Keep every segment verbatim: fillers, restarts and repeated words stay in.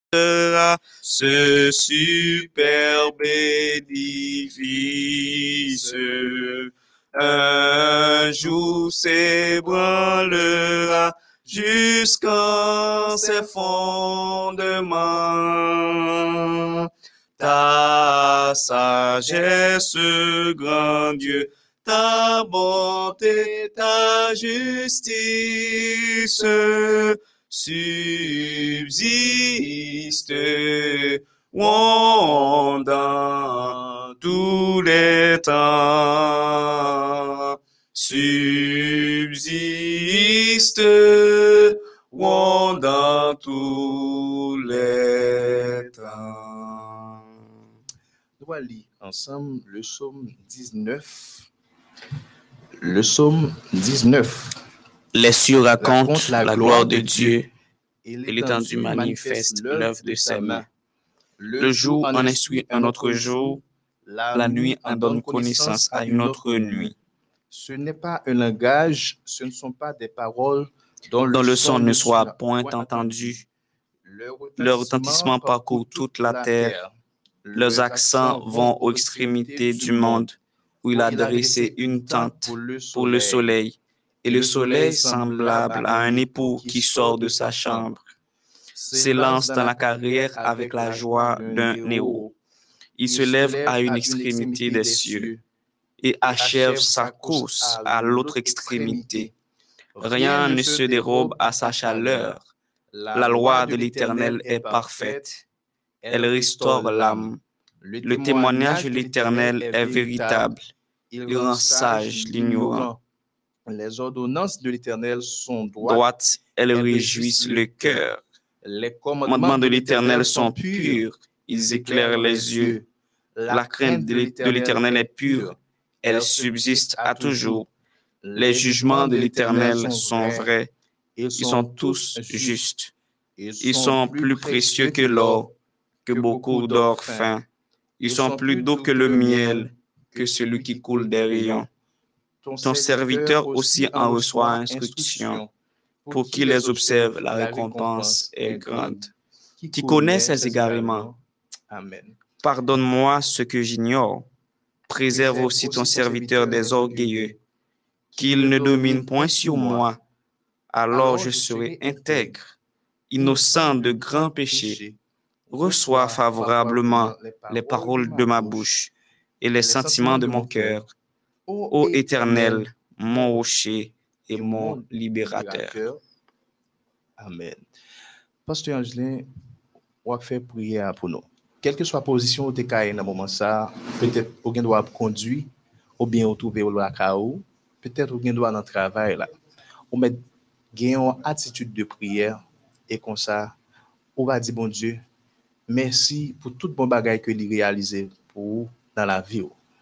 ce superbe édifice. Un jour s'ébranlera jusqu'en ses fondements. Ta sagesse, grand Dieu, ta bonté, ta justice subsiste dans tous les temps. Subsiste dans tous les temps. Nous allons lire ensemble le psaume dix-neuf. Le psaume dix-neuf. Les cieux racontent la, la gloire de Dieu et l'étendue manifeste l'œuvre de ses mains. Le jour en instruit un autre jour, la nuit en donne connaissance à une autre nuit. Ce n'est pas un langage, ce ne sont pas des paroles dont le, dont le son ne soit point entendu. Leur retentissement parcourt toute la terre. Leurs accents vont aux extrémités du monde, où il a dressé une tente pour le soleil. Et le soleil, semblable à un époux qui sort de sa chambre, s'élance dans la carrière avec la joie d'un héros. Il se lève à une extrémité des cieux et achève sa course à l'autre extrémité. Rien ne se dérobe à sa chaleur. La loi de l'Éternel est parfaite. Elle restaure l'âme. Le témoignage de l'Éternel est véritable. Il rend sage l'ignorant. Les ordonnances de l'Éternel sont droites, droites elles réjouissent le cœur. Les commandements de l'Éternel sont purs, ils éclairent les yeux. La crainte de l'Éternel est pure, elle subsiste à toujours. Les jugements de l'Éternel sont vrais, ils sont tous justes. Ils sont plus précieux que l'or, que beaucoup d'or fin. Ils sont plus doux que le miel, que celui qui coule des rayons. Ton serviteur aussi en reçoit instruction. Pour qui les observe, la récompense est grande. Qui connaît ses égarements. Amen. Pardonne-moi ce que j'ignore. Préserve aussi ton serviteur des orgueilleux. Qu'il ne domine point sur moi. Alors je serai intègre, innocent de grands péchés. Reçois favorablement les paroles de ma bouche et les sentiments de mon cœur. Ô Éternel, mon rocher et mon libérateur. Amen. Pasteur Angelin, on va faire prière pour nous. Quelle que soit la position où tu es dans le moment ça, peut-être on doit conduire, ou bien on trouve au lacao, peut-être on doit dans le travail là. On met une attitude de prière et comme ça, on va dire bon Dieu, merci pour tout bon bagage que tu as réalisé pour dans la vie.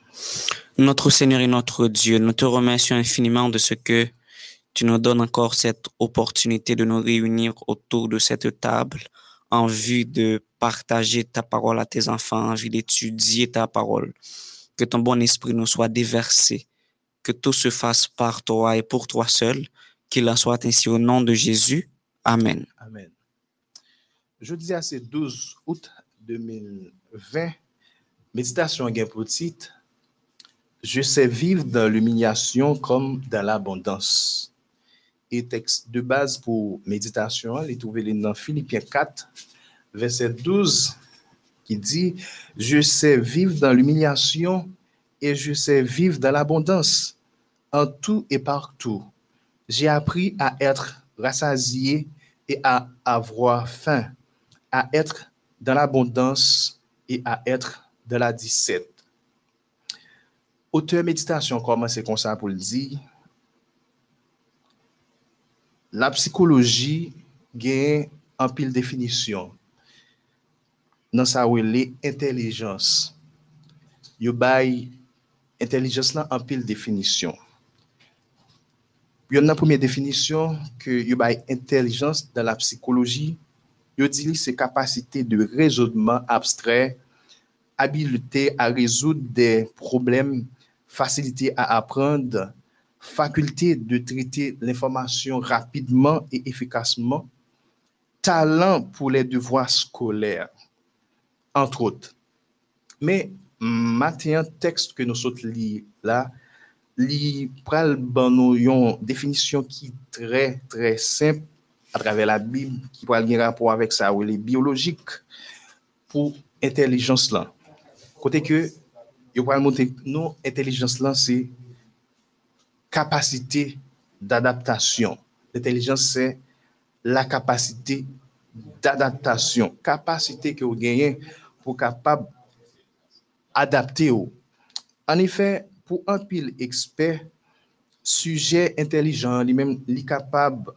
Notre Seigneur et notre Dieu, nous te remercions infiniment de ce que tu nous donnes encore cette opportunité de nous réunir autour de cette table en vue de partager ta parole à tes enfants, en vue d'étudier ta parole. Que ton bon esprit nous soit déversé, que tout se fasse par toi et pour toi seul, qu'il en soit ainsi au nom de Jésus. Amen. Amen. Jeudi à ce douze août deux mille vingt, méditation gain pour titre. Je sais vivre dans l'humiliation comme dans l'abondance. Et texte de base pour méditation, il est trouvé dans Philippiens quatre, verset douze, qui dit « Je sais vivre dans l'humiliation et je sais vivre dans l'abondance, en tout et partout. J'ai appris à être rassasié et à avoir faim, à être dans l'abondance et à être dans la disette. » Auteur méditation commence comme ça pour le dire. La psychologie gagne en pile définition. Dans sa relé intelligence. Yo bay intelligence là en pile définition. Yo dans première définition que yo bay intelligence dans la psychologie, yo dit c'est capacité de raisonnement abstrait, habileté à résoudre des problèmes, facilité à apprendre, faculté de traiter l'information rapidement et efficacement, talent pour les devoirs scolaires, entre autres. Mais maintenant, texte que nous sommes lire là, li pral ban nou yon définition qui très très simple à travers la Bible qui pral gen rapport avec ça ou les biologiques pour intelligence là. Côté que yo pral montrer nous intelligence là c'est capacité d'adaptation. L'intelligence c'est la capacité d'adaptation, capacité que vous gagnez pour capable adapter. En effet, pour un pile expert, sujet intelligent, lui-même, lui capable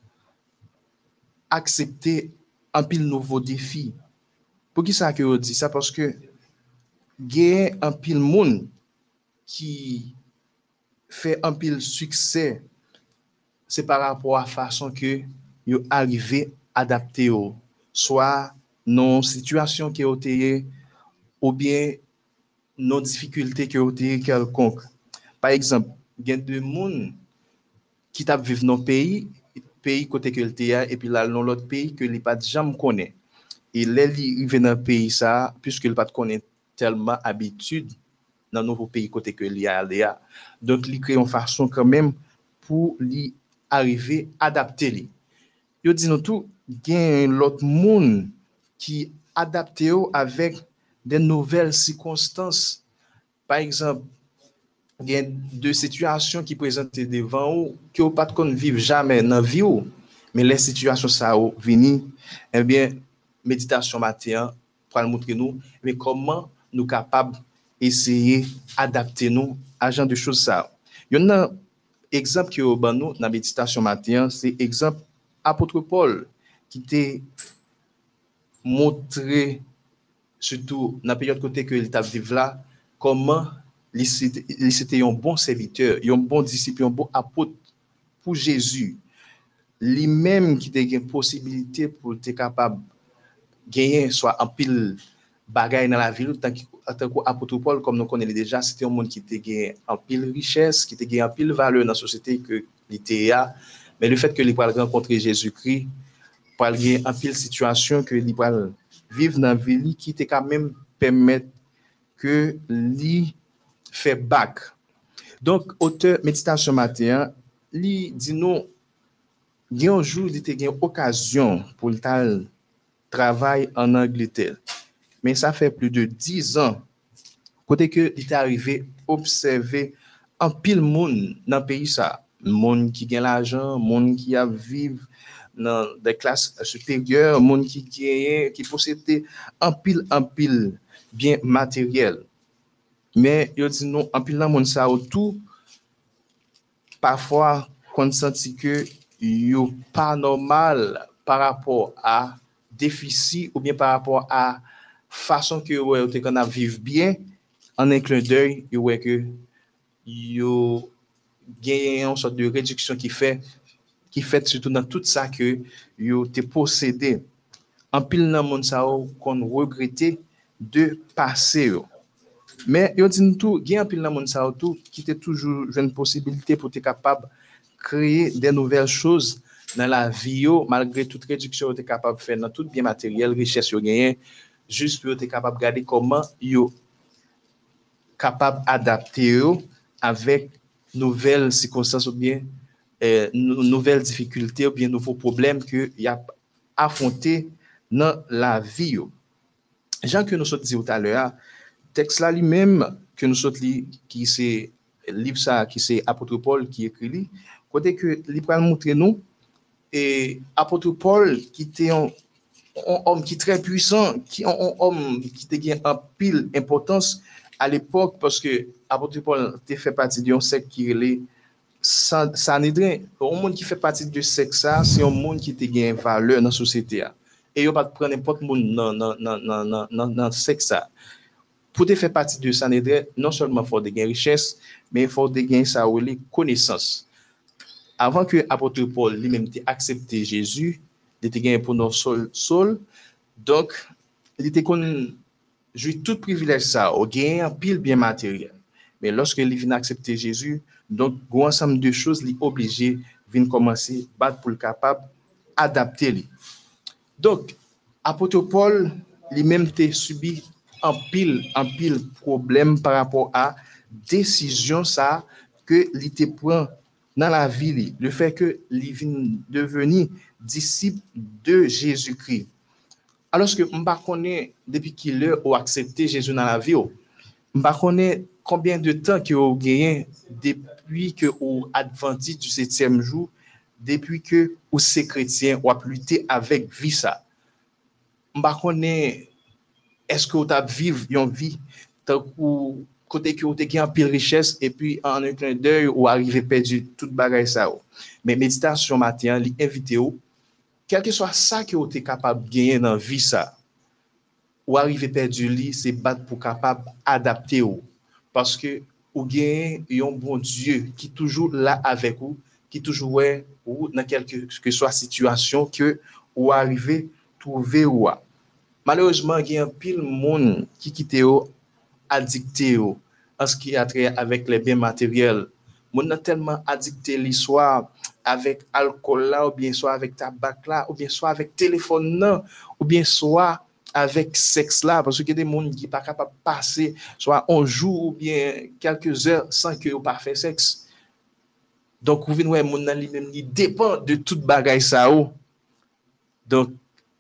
accepter un pile nouveau défi. Pour qui ça que vous dit ça? Parce que gagne un pile monde qui fait un pile succès, c'est par rapport à la façon que vous arrivez à adapter, soit non situation qui est ou bien nos difficultés qui ont été quelconques. Par exemple, il y a des gens qui t'a vivre dans le pays, pays côté que le et puis là dans l'autre pays que les pas jamais connaît. Et là il vient dans le pays ça puisque il pas connaît tellement habitude dans nouveau pays côté que il y a là. Donc il crée une façon quand même pour lui arriver adapter lui. Yo dit nous tout gain l'autre monde qui adapté avec des nouvelles circonstances. Par exemple, il y a deux situations qui présentent devant vous que vous ne pouvez pas vivre jamais dans la vie, mais les situations ça viennent, eh bien, méditation matin pour nous montrer nous, mais comment nous sommes capables d'essayer d'adapter nous à ce genre de choses. Ça. Il y a un exemple qui est dans la méditation matin, c'est l'exemple apôtre Paul qui t'a montré, surtout dans la période côté que il t'a vécu là, comment il c'était un bon serviteur, un bon disciple, un bon apôtre pour Jésus. Lui-même qui a une possibilité pour être capable de gagner soit un pile bagaille dans la vie, en tant qu'apôtre Paul, comme nous connaissons déjà, c'était un monde qui a gagné un pile richesse, qui a gagné un pile valeur dans la société que l'était. Mais le fait que il va rencontrer Jésus-Christ, pour gagner un pile situation que il va vivre dans la vie, qui te quand même permettre que lui fait bac. Donc, auteur méditation matin, lui dit nous, il y a un jour, il a une occasion pour le travail en Angleterre. Mais ça fait plus de dix ans, côté que il est arrivé observer un pile monde dans le pays ça, monde qui gagne l'argent, monde qui a vivre dans des classes supérieures, monde qui gagne, qui possède un pile un pile bien matériel. Mais il dit non, en pile dans monde ça autour parfois qu'on senti que yo pas normal par rapport à déficit ou bien par rapport à façon que ouais tu qu'on a vivre bien en un clin d'œil yo ouais que yo gagne une sorte de réduction qui fait qui fait surtout dans tout ça que yo te possédé en pile dans monde ça qu'on regrettait de passer. Mais yo dit tout gain pile dans monde ça tout qui était toujours une possibilité pour être capable créer des nouvelles choses dans la vie malgré toute réduction tu es capable de faire dans tout bien matériel richesse yo gagné juste pour être capable de regarder comment yo capable adapter avec nouvelles circonstances ou bien euh, nouvelles difficultés ou bien nouveaux problèmes que y a affronté dans la vie. Jean que nous sommes dit tout à l'heure texte là lui-même que nous sommes li qui c'est livre ça qui c'est apôtre Paul qui écrit li côté que il va montrer nous et apôtre Paul qui était un, un homme qui très puissant qui un, un homme qui était en pile importance à l'époque parce que apôtre Paul était fait partie d'un secte qui est Sanhédrin. Un monde qui fait partie de ce secte ça c'est un monde qui était gain valeur dans la société et il pas prendre n'importe monde dans dans dans dans dans dans secte ça. Pour te faire partie de Sanhédrin, non seulement il faut de gain richesse, mais il faut de gain ça ou les connaissances. Avant que apôtre Paul lui-même ait accepté Jésus, il était gagné pour nos sol sol. Donc, il était qu'on jouit tout privilège ça, au gain un pile bien matériel. Mais lorsque il vient accepter Jésus, donc un ensemble de choses lui obligé vient commencer battre pour le capable adapter lui. Donc, apôtre Paul, lui-même, t'a subi un pile, un pile problème par rapport à décision ça que il te prend dans la vie, le fait que il vient devenir disciple de Jésus-Christ. Alors que on pas connaît depuis qu'il a accepté Jésus dans la vie, on pas connaît combien de temps que vous gagné depuis que vous adventiste du septième jour, depuis que vous c'est chrétien, ou a lutté avec vie ça. On pas connaît est-ce que vous avez vivre une vie tant que côté que vous avez en pile richesse et puis en un clin d'œil ou arriver perdu toute bagaille ça. Mais méditation matin, li invite vous quel que soit ça que vous êtes capable de gagner dans la vie ça ou arriver perdu li c'est battre pour capable adapter vous parce que vous gagnez un bon Dieu qui toujours là avec vous qui toujours est ou dans quelque que soit situation que vous arrivez trouver ou malheureusement il y a un pile monde qui quitte vous addicté en ce qui a trait avec les biens matériels. Mon a tellement addicté l'histoire avec alcool là ou bien soit avec tabac là ou bien soit avec téléphone là ou bien soit avec sexe là parce que des monde qui pas capable passer soit un jour ou bien quelques heures sans que ou pas faire sexe. Donc vous venez mon nan lui-même il dépend de toute bagaille ça ou. Donc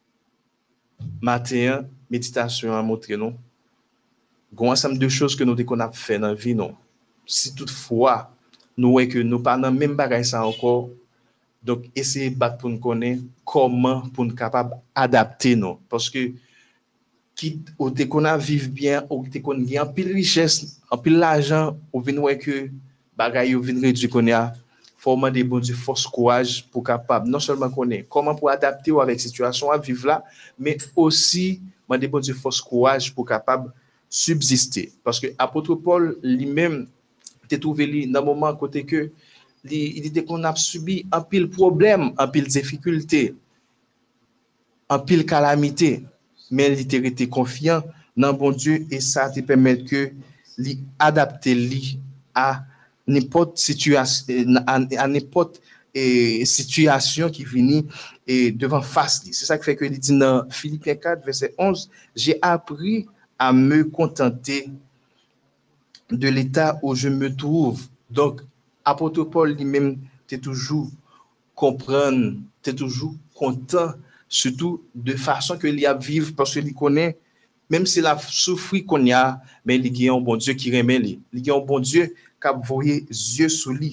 matin méditation a montré non gon ensemble de choses que nous qu'on a fait dans la vie non si toutefois nous est que nous pas dans même bagaille ça encore donc essayer battre pour nous connaître comment pour nous capable adapter non parce que qui ou te qu'on a vivre bien ou te qu'on gagne en pile richesse en pile l'argent ou venir que bagaille ou venir réduire qu'on a former des bon Dieu force courage pour capable non seulement connaître comment pour adapter ou avec situation à vivre là mais aussi demander bon Dieu force courage pour capable subsister parce que apôtre Paul lui-même t'est trouvé lui dans moment côté que il était qu'on a subi un pile problème un pile difficulté un pile calamité mais il était resté confiant dans bon Dieu et ça te permet que lui adapter lui à n'importe situation à, à n'importe et situation qui finit et devant face c'est ça qui fait que il dit dans Philippiens quatre verset onze j'ai appris à me contenter de l'état où je me trouve. Donc, apôtre Paul lui-même, tu es toujours comprendre, tu es toujours content, surtout de façon que il y a vivre parce qu'il connaît, même si la souffrir qu'on y a, mais il y a un bon Dieu qui remet lui. Il y a un bon Dieu qui a voyé yeux sous lui.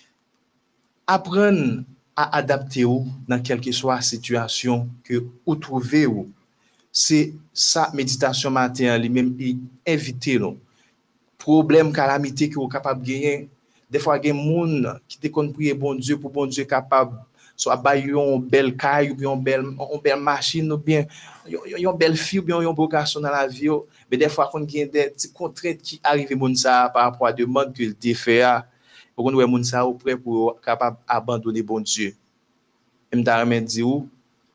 Apprendre à adapter ou dans quelle que soit la situation que vous trouvez ou. C'est ça, méditation matin, lui-même, il invite nous. Problème, calamité que vous êtes capable de gagner. Des fois, il y a des gens qui te connaissent prier bon Dieu pour bon Dieu capable soit bailler une belle caille ou bien une belle, une belle machine ou bien une belle fille ou bien un beau garçon dans la vie. Mais des fois, quand il y a des petites contraintes qui arrivent mon ça par rapport à la demande que le défait a, pour qu'on ait ça prêt pour capable abandonner bon Dieu. Et me dit ou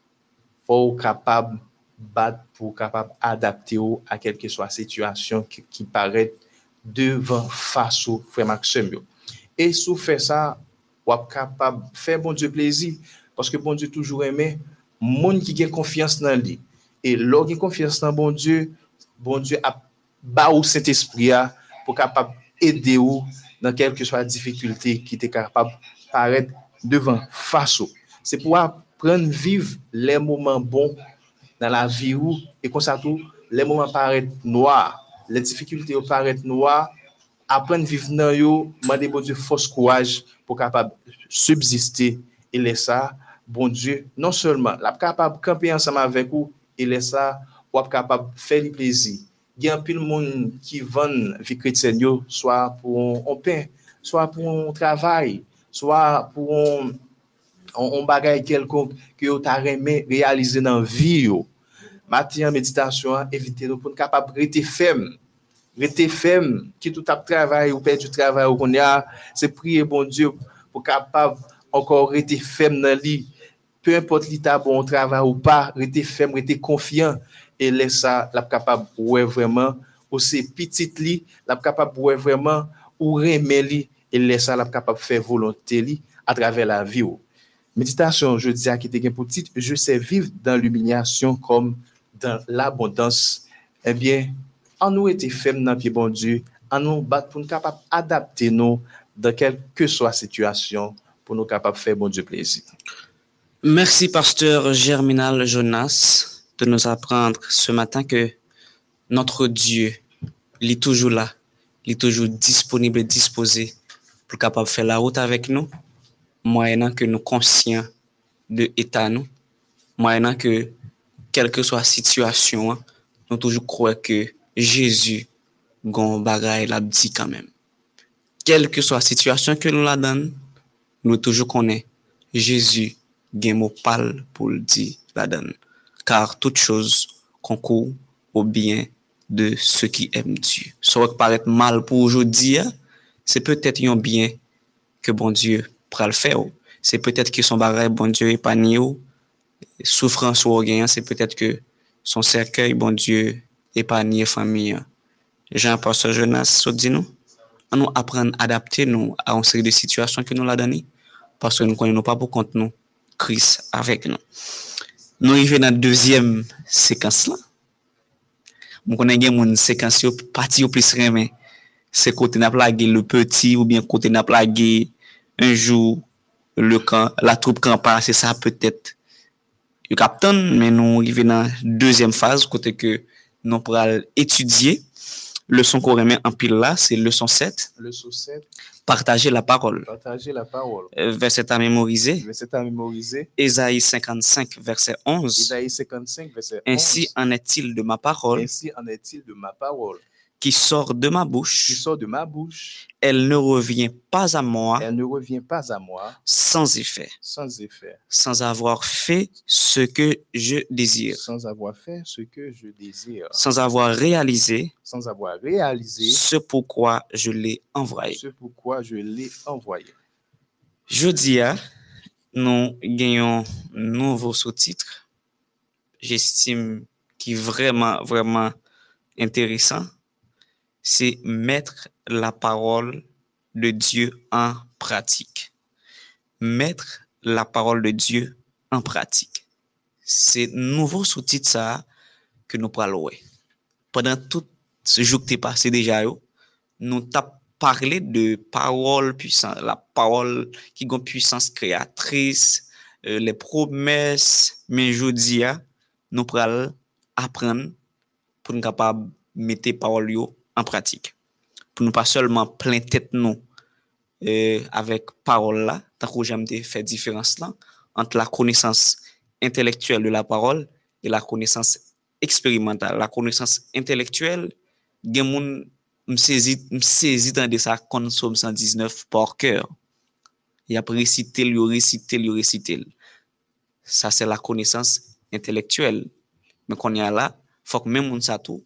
faut capable battre pour capable adapter à quelque soit la situation qui, qui paraît devant face au frère Maxime. Et si vous faites ça, vous êtes capable de faire bon Dieu plaisir parce que bon Dieu toujours aimé monde qui a confiance dans lui. Et lorsqu'il a confiance dans bon Dieu, bon Dieu a ba ou Saint-Esprit pour capable aider vous dans quelque que soit la difficulté qui est capable de paraître devant face. C'est pour apprendre à vivre les moments bons dans la vie où et comme ça tout les moments paraissent noirs, les difficultés paraissent noires, apprendre à vivre dans yo, demander bon Dieu force courage pour capable subsister et laisser ça bon Dieu non seulement la capable camper ensemble avec vous et laisser ça ou capable faire du plaisir. Il y a un pile monde qui vend vie chrétienne soit pour un pain, soit pour un travail, soit pour un on bagaille quelconque que vous avez réalisé dans la vie. Matin, méditation, évitez nous pour capable de rester ferme. Rester ferme, qui tout a travail ou perd du travail ou qu'on a, c'est prier bon Dieu pour capable encore rester ferme dans lui. Peu importe l'état bon travail ou pas, rester ferme, rester confiant et laisser ça la capable ouais vraiment aussi petite li, la capable ouais vraiment ou remet li et laisser ça la capable faire volonté li à travers la vie. Méditation, je dis à qui était pour titre, je sais vivre dans l'humiliation comme dans l'abondance. Eh bien, en nous était ferme dans pied bon Dieu, en nous battre pour nous capables d'adapter nous dans quelle que soit la situation, pour nous capables de faire bon Dieu plaisir. Merci, pasteur Germinal Jonas, de nous apprendre ce matin que notre Dieu, il est toujours là, il est toujours disponible et disposé pour capable de faire la route avec nous, moyennant que nous conscients de l'état nous, moyennant que, quelle que soit la situation, nous toujours croire que Jésus, gon bagay l'a dit quand même. Quelle que soit la situation que nous la donne, nous toujours connaissons Jésus, gen mot parle pour le dire la donne. Car toute chose concourt au bien de ceux qui aiment Dieu. Ça va paraître mal pour aujourd'hui, c'est peut-être un bien que bon Dieu pourra le faire. C'est peut-être que son bagay bon Dieu épargne ou souffrance ou gain, c'est peut-être que son cercueil bon Dieu épargne famille. Jean-Pasteur Jonas, so dit nous, on nous apprendre à adapter nous à une série de situations que nous l'a donné parce que nous connaissons pas pour compte nous Christ avec nous. Nous arrivons dans la deuxième séquence là. Nous connaissons une séquence partie au plus remé. C'est côté n'a plagué le petit ou bien côté n'a plagué un jour le camp, la troupe campa, c'est ça peut-être. Le capitaine, mais nous arrivons dans la deuxième phase côté que nous pourrons étudier. Leçon qu'on remet en pile là, c'est leçon sept. Leçon sept. Partager la parole. Partager la parole. Euh, verset à mémoriser. Verset à mémoriser. Ésaïe cinquante-cinq, verset onze. Ésaïe cinquante-cinq, verset onze. Ainsi en est-il de ma parole. Ainsi en est-il de ma parole. Qui sort de ma bouche. Qui sort de ma bouche. Elle ne revient pas à moi. Elle ne revient pas à moi. Sans effet. Sans effet. Sans avoir fait ce que je désire. Sans avoir fait ce que je désire. Sans avoir réalisé. Sans avoir réalisé. Ce pourquoi je l'ai envoyé. Ce pourquoi je l'ai envoyé. Jeudi, nous gagnons un nouveau sous-titre. J'estime qui est vraiment, vraiment intéressant. C'est mettre la parole de Dieu en pratique. Mettre la parole de Dieu en pratique. C'est nouveau sous-titre ça que nous parlons. Pendant tout ce jour que tu es passé déjà, nous t'avons parlé de parole puissante, la parole qui a une puissance créatrice, euh, les promesses, mais je dis, nous pourrons apprendre pour nous capables de mettre parole en pratique. Pour nous pas seulement plein tête nous euh, avec parole là, tant que j'aime faire différence là entre la connaissance intellectuelle de la parole et la connaissance expérimentale. La connaissance intellectuelle, gen moun m'saisi m'saisi dans de ça comme Somme cent dix-neuf par cœur. Il a récité, il récité, il récité. Ça c'est la connaissance intellectuelle. Mais qu'on y a là, faut que même moun sa tout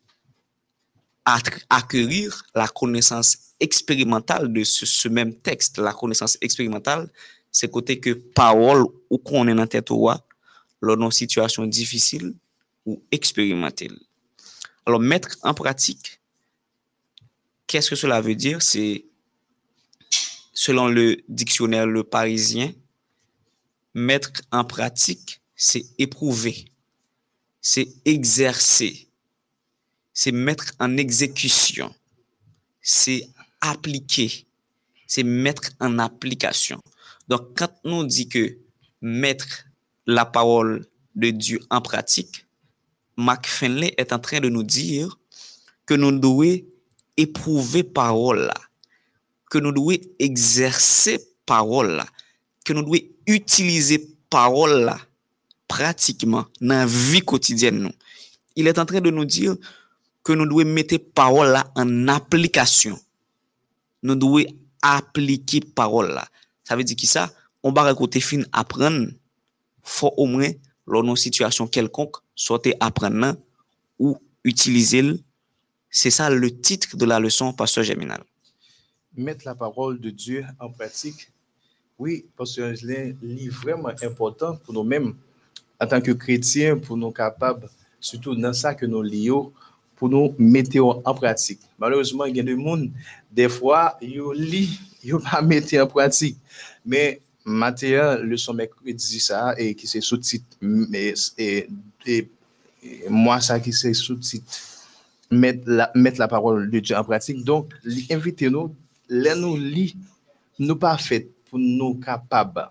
acquérir la connaissance expérimentale de ce, ce même texte. La connaissance expérimentale, c'est côté que parole ou qu'on est dans tête ou lors d'une situation difficile ou expérimenter. Alors, mettre en pratique, qu'est-ce que cela veut dire? C'est, selon le dictionnaire Le Parisien, mettre en pratique, c'est éprouver, c'est exercer, c'est mettre en exécution, c'est appliquer, c'est mettre en application. Donc, quand nous dit que mettre la parole de Dieu en pratique, Mark Finley est en train de nous dire que nous devons éprouver parole là, que nous devons exercer parole là, que nous devons utiliser parole là pratiquement dans la vie quotidienne nous. Il est en train de nous dire que nous devons mettre parole là en application. Nous devons appliquer parole là. Ça veut dire qui ça? On va récolter fin apprendre, faut au moins dans une situation quelconque, soit apprendre ou utiliser. C'est ça le titre de la leçon, pasteur Germinal. Mettre la parole de Dieu en pratique. Oui, parce que c'est vraiment important pour nous-mêmes, en tant que chrétiens, pour nous capables, surtout dans ça que nous lions, pour nous mettre en pratique. Malheureusement, il y a des gens, des fois, ils lisent, ils ne pas mettre en pratique. Mais Matin, leçon mercredi ça, et qui c'est sous-titre, et, et, et, et moi, ça qui c'est sous-titre, mettre la, mettre la parole de Dieu en pratique. Donc, invitez-nous, les nous lit, nous pas fait pour nous capables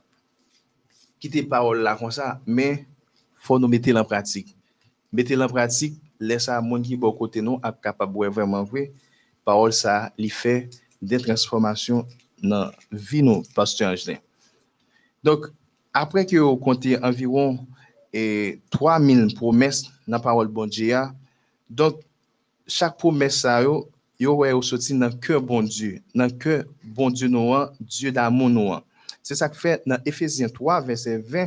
quitter parole là comme ça, mais faut nous mettre en pratique. Mettez en pratique, laisse à monde qui bon côté nous a capable ouais, vraiment vrai. Parole ça, lui fait des transformations dans vie nous pasteur Angelin. Donc après que vous comptez environ et trois mille promesses dans parole bon Dieu, donc chaque promesse ça yo yo ouais sorti dans cœur bon Dieu, dans cœur bon Dieu nous, Dieu d'amour nous. C'est ça que fait dans Éphésiens trois verset vingt,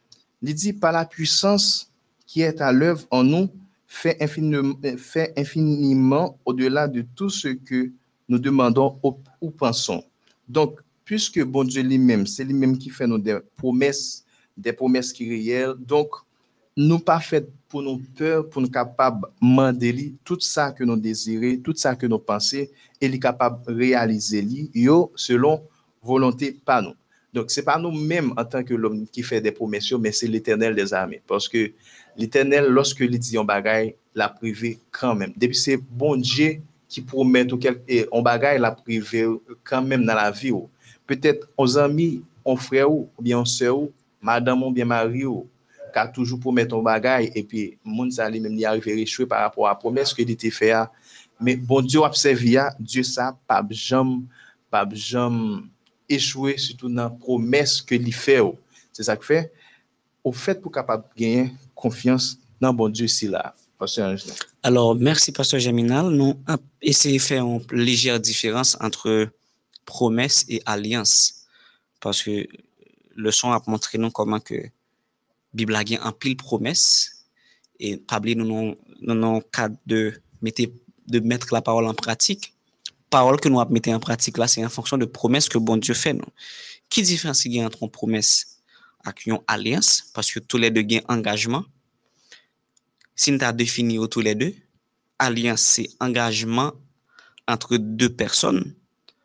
il dit par la puissance qui est à l'œuvre en nous fait infiniment, fait infiniment au-delà de tout ce que nous demandons ou, ou pensons. Donc, puisque bon Dieu lui-même, c'est lui-même qui fait nos des promesses, des promesses qui réelles, donc, nous pas fait pour nous peur, pour nous capables de demander tout ça que nous désirons, tout ça que nous pensons, et il est capable de réaliser li, yo, selon volonté par nous. Donc, ce n'est pas nous-mêmes en tant que l'homme qui fait des promesses, mais c'est l'Éternel des armées. Parce que l'Éternel, lorsque il dit un bagaille, l'a privé quand même. Depuis c'est bon Dieu qui promet ou quelque un bagaille, l'a privé quand même dans la vie. Peut-être aux amis, aux frères ou bien aux sœurs, madame ou bien mari ou qui a toujours promis un bagaille et puis monde ça lui même y arriver échouer par rapport à la promesse qu'il était fait. Mais bon Dieu a servi à Dieu ça pas jamais pas jamais échouer surtout dans la promesse que lui fait. C'est ça que fait au fait pour capable gagner confiance dans bon Dieu si là. Alors, merci Pasteur Geminal. Nous avons essayé de faire une légère différence entre promesse et alliance. Parce que le son a montré nous comment que la Bible a un pile promesse et parler nous dans le cadre de mettre, de mettre la parole en pratique. Parole que nous avons mis en pratique là, c'est en fonction de promesses que bon Dieu fait. Nous. Qui différencie il y a entre une promesse et une alliance? Parce que tous les deux ont un engagement. Si nous avons défini tous les deux, alliance, c'est engagement entre deux personnes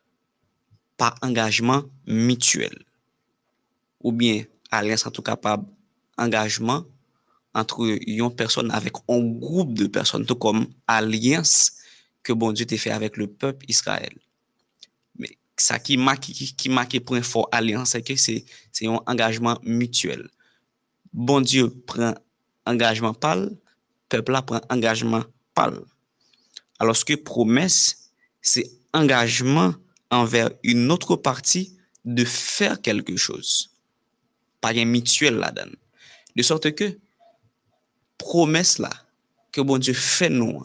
par engagement mutuel. Ou bien, alliance, en tout cas, par engagement entre une personne avec un groupe de personnes, tout comme alliance que bon Dieu t'a fait avec le peuple Israël. Mais ça qui marque, qui, qui marque point fort alliance, c'est que c'est, c'est un engagement mutuel. Bon Dieu prend engagement par le peuple là prend engagement par le. Alors que promesse, c'est engagement envers une autre partie de faire quelque chose. Pas un mutuel là-dedans. De sorte que promesse là que bon Dieu fait nous,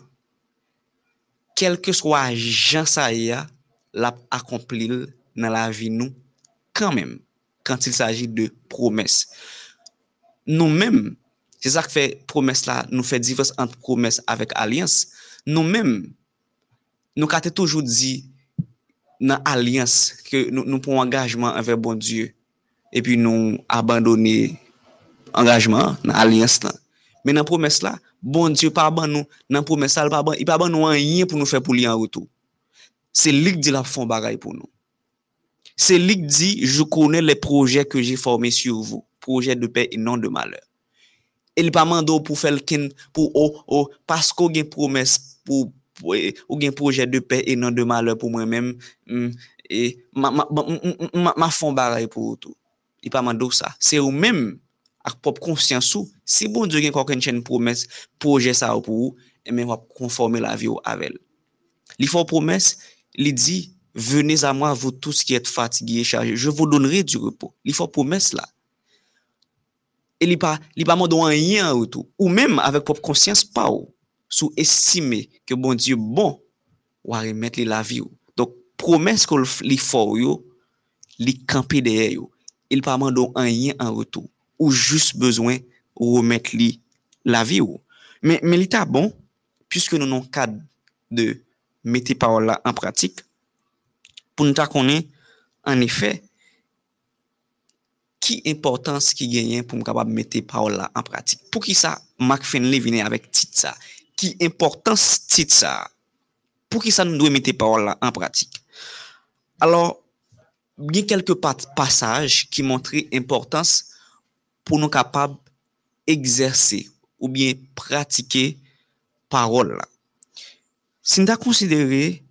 quel que soit Jean Saïa, l'a accompli dans la vie nous quand même quand il s'agit de promesse. Nous-mêmes, c'est ça que fait promesse là, nous fait différence entre promesse avec alliance. Nous-mêmes, nous avons toujours dit dans alliance que nous, nous prenons engagement avec bon Dieu et puis nous abandonner engagement dans alliance là. Mais dans promesse là, bon Dieu pas abandonner nous dans promesse là, pas il pas abandonner nous rien pour nous faire pour lui en retour. C'est lui qui dit la fond bagaille pour nous. C'est lui qui dit je connais les projets que j'ai formés sur vous, projets de paix et non de malheur. Il pas mando pour faire pour oh, oh, parce qu'on a une promesse pour ou un projet de paix et non de malheur pour moi-même et ma ma ma, ma fond bagaille pour tout. Il pas mando ça. C'est ou même avec propre conscience ou si bon Dieu a une chaîne promesse projet ça pour vous et même va conformer la vie avec elle. Il faut promesse, il dit venez à moi vous tous qui êtes fatigués et chargés, je vous donnerai du repos. Il faut promesse là. Et il pas il pas mando rien en retour ou même avec propre conscience pas ou sous-estimer que bon Dieu bon ou à remettre la vie. Donc promesse que li faut yo, li camper derrière yo. Il pas mando rien en retour ou juste besoin remettre li la vie. Mais mais l'état bon puisque nous non cadre de mettre parole là en pratique pour nous ta connaître en effet qui importance qui gagne pour me capable mettre parole là en pratique. Pour qui ça Mark Finley vient avec titre ça. Qui importance titre ça? Pour qui ça nous doit mettre parole là en pratique? Alors il y a quelques passages qui montrent l'importance pour nous capables d'exercer ou bien pratiquer parole là. Si nous considéré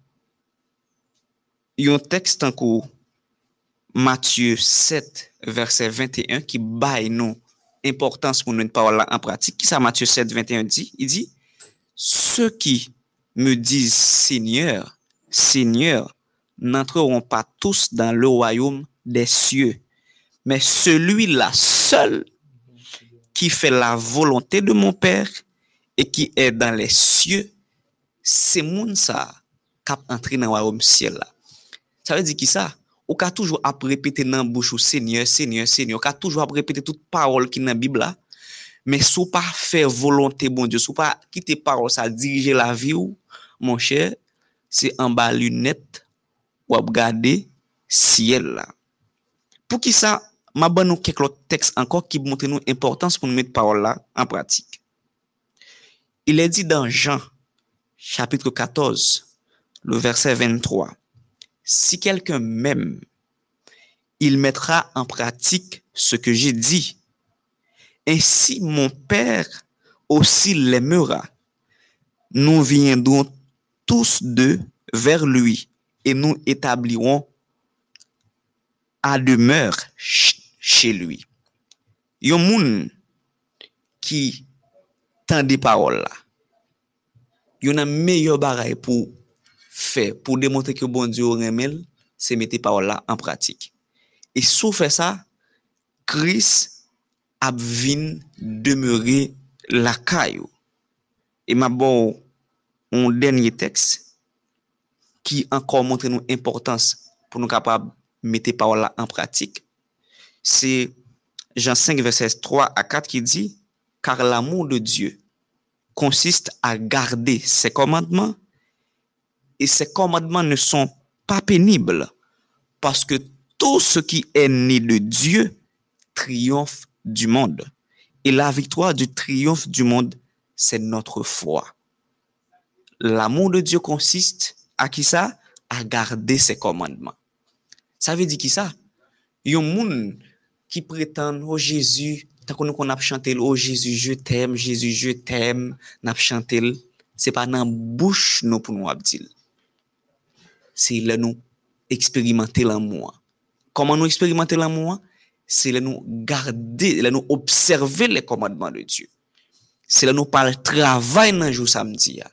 un texte en cours Matthieu sept verset vingt et un qui baille nous importance pour nous une parole là en pratique, qui ça Matthieu sept vingt et un dit, il dit ceux qui me disent Seigneur, Seigneur n'entreront pas tous dans le royaume des cieux, mais celui-là seul qui fait la volonté de mon Père et qui est dans les cieux, c'est moun ça qui entrer dans le royaume ciel là. Ça veut dire qui ça? Ou ka toujours à répéter dans bouche Seigneur, Seigneur, Seigneur, ou ka toujours à répéter toute parole qui dans la Bible là, mais sous pas faire volonté bon Dieu, sous pas quitter parole ça diriger la vie ou mon cher, c'est en bas lunette ou regarder ciel là. Pour qui ça m'a ban nous quelques autres textes encore qui montrent nous importance pour nous mettre parole là en pratique. Il est dit dans Jean chapitre quatorze, le verset vingt-trois. Si quelqu'un m'aime, il mettra en pratique ce que j'ai dit. Ainsi mon Père aussi l'aimera. Nous viendrons tous deux vers lui et nous établirons à demeure chez lui. Yon moun qui tend des paroles là. Yon a meilleur bagaille pour faire, pour démontrer que bon Dieu remet, c'est mettre paroles là en pratique. Et sous fait ça, Christ a vinn demeurer la caillou. Et m'a bon un dernier texte qui encore montre nous importance pour nous capables mettre paroles là en pratique. C'est Jean cinq verset trois à quatre qui dit car l'amour de Dieu consiste à garder ses commandements et ces commandements ne sont pas pénibles parce que tout ce qui est né de Dieu triomphe du monde. Et la victoire du triomphe du monde, c'est notre foi. L'amour de Dieu consiste à qui ça? À garder ses commandements. Ça veut dire qui ça? Il y a un monde qui prétend, oh Jésus, tant qu'on qu'on a chanté, oh Jésus, je t'aime, Jésus, je t'aime, n'a chanté, c'est pas dans bouche nous pour nous dire. C'est là nous expérimenter l'amour. Comment nous expérimenter l'amour? C'est là nous garder, là nous observer les commandements de Dieu. C'est là nous pas le travail dans jour samedi.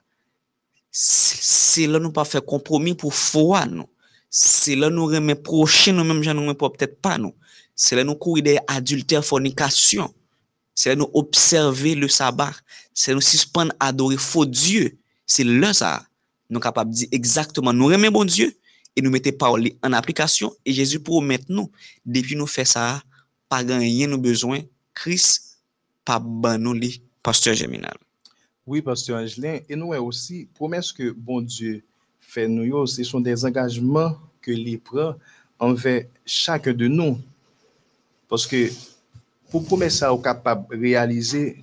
C'est là nous pas faire compromis pour foi nous. C'est là nous remettre prochain nous même gens nous peut-être pas nous. C'est là nous courir des adultères, fornication. C'est là nous observer le sabbat. C'est nous suspendre adorer faux Dieu. C'est là ça nous capable de dire exactement nous remet bon Dieu et nous mettez parole en application et Jésus promet nous depuis nous fait ça pas gagner nous besoin Christ pas ban nous li pasteur Geminal. Oui pasteur Angelin et nous aussi promesse que bon Dieu fait nous ce sont des engagements que il prend envers chacun de nous parce que pour promesse ça au capable réaliser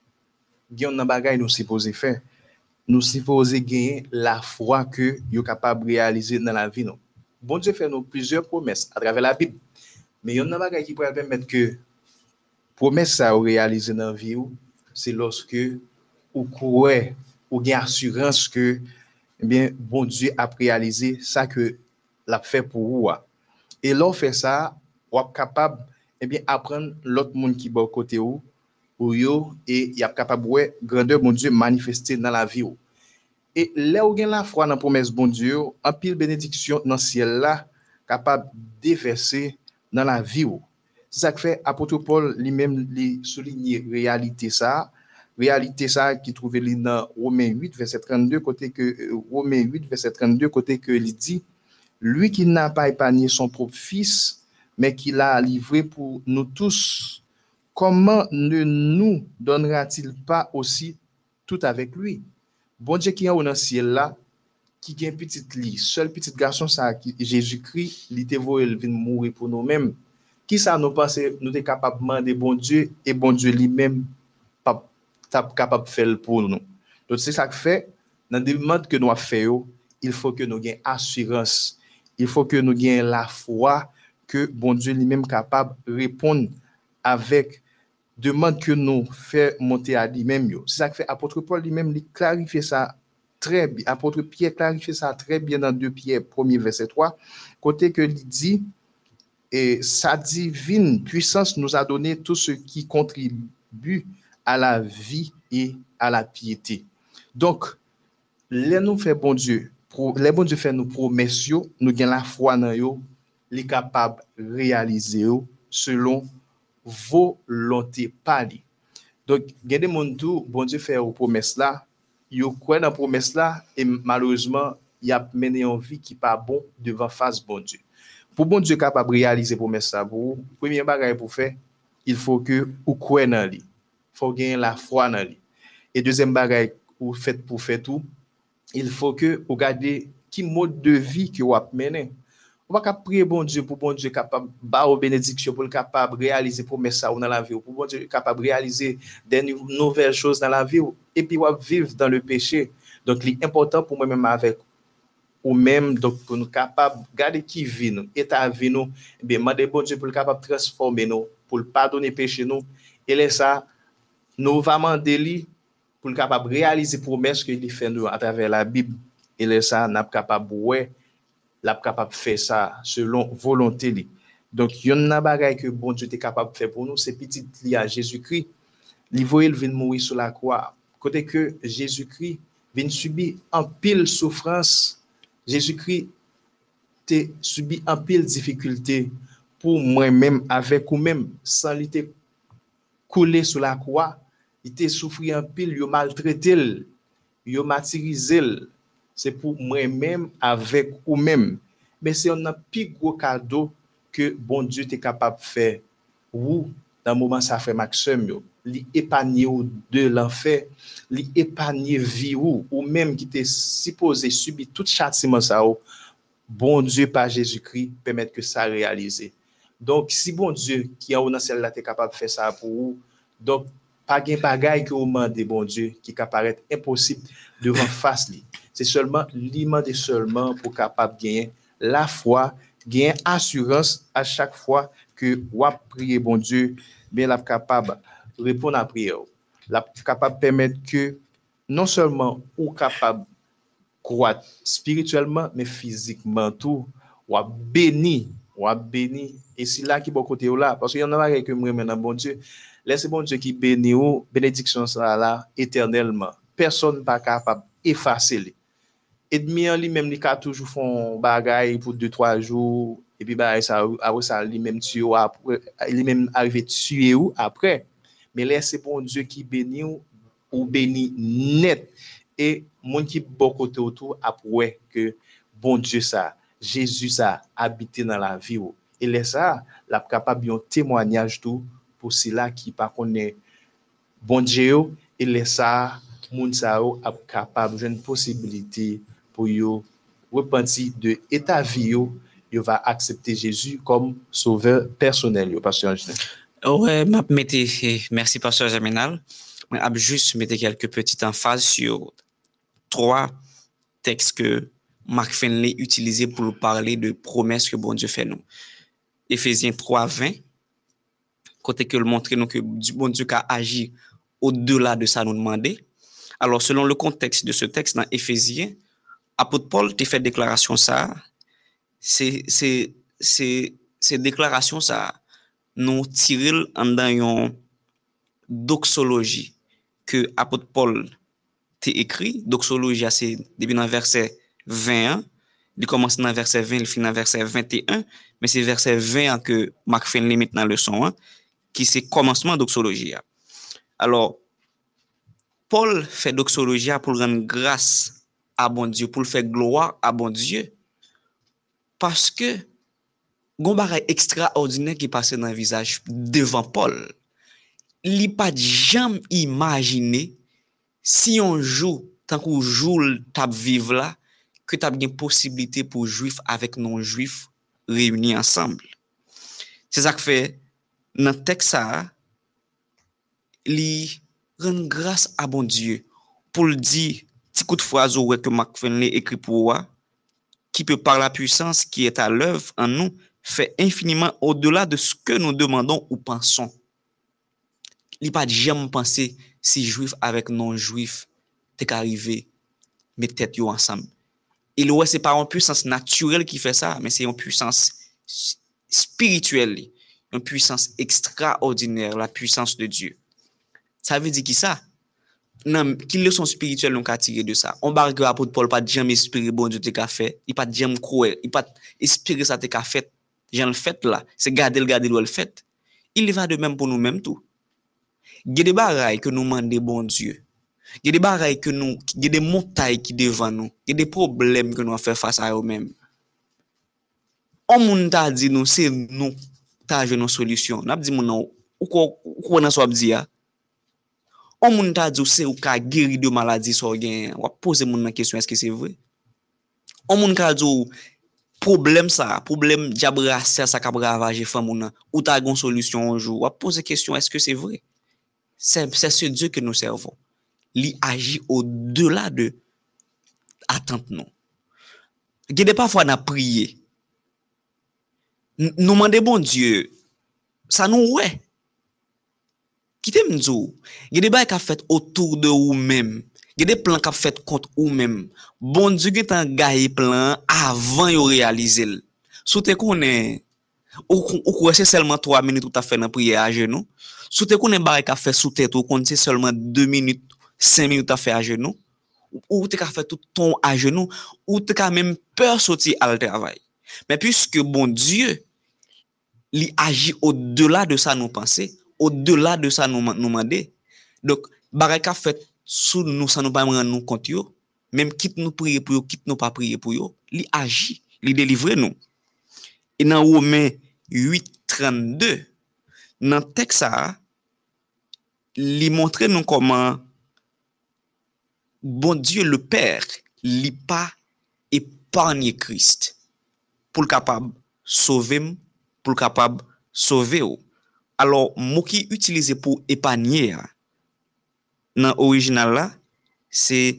gain nan bagay nous supposé faire nous supposé gagner la foi que yo capable réaliser dans la vie nous. Bon Dieu fait nous plusieurs promesses à travers la Bible. Mais yon nan bagay qui pourrait permettre que promesse ça réaliser dans la vie c'est lorsque ou croire ou gain assurance que eh bien bon Dieu a réalisé ça que l'a fait pour vous. Et l'on fait ça, ou capable eh bien apprendre l'autre monde qui bon côté ou ou yo et y a capable ouais grandeur bon Dieu manifester dans la vie ou. Et là où gain la foi dans promesse bon Dieu, en pile bénédiction dans ciel là capable déverser dans la vie ou. C'est ça que fait apôtre Paul lui-même lui souligner réalité ça, réalité ça qui trouvé dans Romains huit verset trente-deux côté que Romains huit verset trente-deux côté que il dit lui qui n'a pas épargné son propre fils mais qui l'a livré pour nous tous. Comment ne nous donnera-t-il pas aussi tout avec lui? Bon Dieu qui est dans le ciel là, qui est un petit lit, seul petit garçon ça, Jésus-Christ, il était voué venir mourir pour nous-mêmes. Qui ça nous pense nous sommes capables de demander bon Dieu et bon Dieu lui-même pas capable de faire pour nous. Donc c'est ça que fait dans des demandes que nous avons fait, il faut que nous ayons assurance, il faut que nous ayons la foi que bon Dieu lui-même capable de répondre avec demande que nous fait monter à lui-même. C'est ça que fait apôtre Paul lui-même, il clarifie ça très bien. Apôtre Pierre clarifie ça très bien dans deux Pierre, premier verset trois, côté que il dit, et sa divine puissance nous a donné tout ce qui contribue à la vie et à la piété. Donc, les nous fait bon Dieu, les bon Dieu fait nous promesses, nous gagnons la foi dans yo, les capables de réaliser selon volonté pali. Donc, il y a des gens qui bon Dieu fait une promesse là, ils croient dans la promesse là, et malheureusement, il a mené une vie qui n'est pas bon devant face bon Dieu. Pour bon Dieu capable de réaliser la promesse là, pour premier bagage pour faire, il faut que vous croyez dans lui. Il faut gagner la foi dans lui. Et deuxième bagage, vous faites pour faire tout, il faut que vous regardez qui mode de vie que vous avez mené. On va prier bon Dieu pour bon Dieu capable ba aux bénédictions pour capable réaliser promesse ça dans la vie pour bon Dieu capable réaliser des nouvelles choses dans la vie et puis on vivre dans le péché. Donc l'important pour moi même avec ou même donc pour nous capable garder qui vit nous état vie nous bien demander bon Dieu pour capable transformer nous pour pardonner péché nous et là ça nous va demander lui pour capable réaliser promesse que il fait nous à travers la Bible et là ça n'a capable ouais la capable de faire ça selon volonté li. Donc yon nan bagay que bon Dieu est capable de faire pour nous, c'est petit li à Jésus-Christ. Li voye il vient mourir sur la croix. Côté que Jésus-Christ vient subir en pile souffrance, Jésus-Christ te subi en pile difficulté pour moi-même avec ou même sans li te coulé sur la croix, il te souffri en pile, yo maltraité, yo martyrisé. C'est pour moi-même avec ou même. Mais c'est un plus gros cadeau que bon Dieu est capable de faire. Ou, dans le moment ça fait Maxime, li épargner de l'enfer, li épargner vie ou, ou même qui était supposé subir tout châtiment ça, bon Dieu par Jésus-Christ permet que ça réalise. Donc, si bon Dieu qui a dans celle-là est capable de faire ça pour vous, donc, pas de bagaille que vous demandez, bon Dieu, qui apparaît impossible devant face li. C'est seulement l'immense seulement pour capable gagner la foi, gagner assurance à chaque fois que vous priez bon Dieu, bien la capable répondre à la prière. La capable permettre que non seulement ou capable croître spirituellement mais physiquement tout, ou béni, ou béni et c'est là qui bon côté là parce qu'il y en a que moi maintenant bon Dieu, laissez bon Dieu qui bénit ou bénédiction ça là éternellement. Personne pas capable effacer. Et demi en lui-même il a toujours font bagaille pour deux trois jours et puis bah ça après ça lui-même tuer après lui-même arriver tuer ou après mais laissez bon Dieu qui bénit ou, ou bénit net et monde qui bon côté autour après que bon Dieu ça Jésus ça habité dans la vie ou. Et laisse ça la capable un témoignage tout pour ceux-là qui pas connaît bon Dieu et laisse ça moun sa ou capable une possibilité pour yo repentir de état vie yo, yo va accepter Jésus comme sauveur personnel yo pasteur Angel. Ouais, m'a mettez merci pasteur Jaminal. M'a juste mettre quelques petites emphases sur trois textes que Mark Finley utilisait pour parler de promesses que bon Dieu fait nous. Éphésiens trois vingt côté que le montrer nous que bon Dieu a agi au-delà de ça nous demander. Alors selon le contexte de ce texte dans Éphésiens, apôtre Paul t'a fait déclaration ça, c'est c'est c'est ces déclarations ça nous tirent en dans une doxologie que apôtre Paul t'a écrit. Doxologie c'est depuis dans verset vingt et un, il commence dans verset vingt, il finit dans verset vingt et un, mais c'est verset vingt que Mark Finley met dans leçon un qui c'est commencement doxologie. Alors Paul fait doxologie pour rendre grâce à bon Dieu, pour faire gloire à bon Dieu, parce que gon bagay extraordinaire qui passait dans le visage devant Paul. Li pas jamais imaginer si un jour, tant qu'on jour t'a vivre là, que t'as une possibilité pour juifs avec non juifs réunis ensemble. C'est ça que fait dans le texte ça, li rendre grâce à bon Dieu pour le dire petit coup de phrase que Mark Finley écrit pour moi qui peut par la puissance qui est à l'œuvre en nous fait infiniment au-delà de ce que nous demandons ou pensons. Il n'y a pas de jamais penser si juif avec non-juif t'es arrivé, mettre tête yo ensemble. Et ouais, c'est pas une puissance naturelle qui fait ça, mais c'est une puissance spirituelle, une puissance extraordinaire, la puissance de Dieu. Ça veut dire qui ça? Non, quelle leçon spirituelle nous a tiré de ça? On barre que l'apôtre Paul pas jamais espérer bon Dieu te qu'a fait, il pas jamais croire, il pas espérer ça te qu'a fait. Jean le fait là, c'est garder le garder le fait. Il va de même pour nous-mêmes tout. Il y a des bagailles que nous demandons bon Dieu. Il y a des bagailles que nous, il y a des montagnes qui devant nous, il y a des problèmes que nous faisons face à eux-mêmes. On moun t'a dit nous c'est nous t'a joué nos solutions. N'a dit moun non ou quoi ou quoi dans soit dire. On moun t'a dit c'est ou ka guéri de maladie so gen. On poser moun la question est-ce que c'est vrai? On moun ka dit problème ça, problème diable racial ça ka ravager femme moun ou t'a gon solution un jour. On poser question est-ce que c'est vrai? C'est c'est ce Dieu que nous servons. Il agit au-delà de attente non. Gade parfois n'a prié. Nous demandons bon Dieu, ça nous ouais. Qui t'aime nous? Il y a des bails qu'a fait autour de vous-même. Il y a des plans qu'a fait contre vous-même. Bon Dieu qui t'a gagné plan avant de réaliser. Si tu connais, ou c'est seulement trois minutes où tu as fait une prière à genoux. Si tu connais bail qu'a fait sous tête ou c'est seulement deux minutes, cinq minutes à faire à genoux. Ou tu as fait tout ton à genoux. Ou tu as même peur de sortir à le travail. Mais puisque bon Dieu, il agit au-delà de ça nous penser, au-delà de ça nous nous demander. Donc, baraka fait sous nous ça nous pas rendre nous compte yo, même quitte nous prier pour yo, quitte nous pas prier pour yo, il agit, il délivre nous. Et dans Romains huit trente-deux, dans le texte ça, il montre nous comment bon Dieu le Père, il pas épargné Christ pour le capable sauver, pour le capable sauver. Alors, mot qui utilisé pour épargner dans l'original là, c'est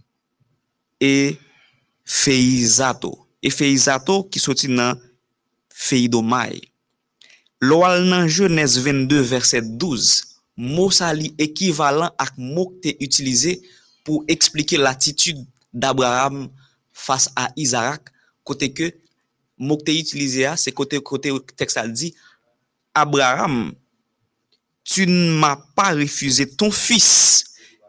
efeizato. Efeizato qui sorti dans feidomai. L'oral dans Genèse vingt-deux verset douze, mot ça li équivalent à mot que t'es utilisé pour expliquer l'attitude d'Abraham face à Isaac, côté que mot que t'es utilisé c'est côté côté texte a dit Abraham, tu ne m'as pas refusé ton fils.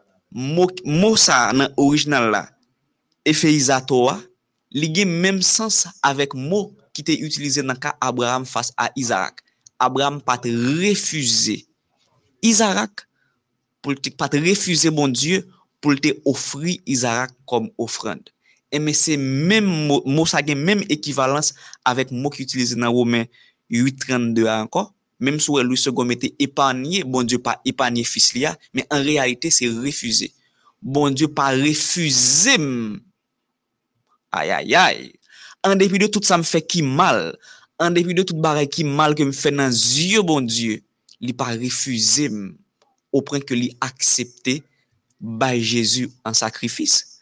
Mot ça dans original là, epheizato, li même sens avec mot qui était utilisé dans le cas Abraham face à Isaac. Abraham pas refusé Isaac pour te pas refuser bon Dieu pour te offrir Isaac comme offrande. Et mais c'est même mot, mot ça a même équivalence avec mot qui utilisé dans Romains huit trente-deux encore. Même si Louis second était épargné, bon Dieu pas épargné fils là, mais en réalité c'est refusé. Bon Dieu pas refusé. Aïe aïe aïe. En dépit de tout ça me fait qui mal, en dépit de tout bagaille qui mal que me fait dans yeux bon Dieu, il pas refusé au point que il accepté by Jésus en sacrifice.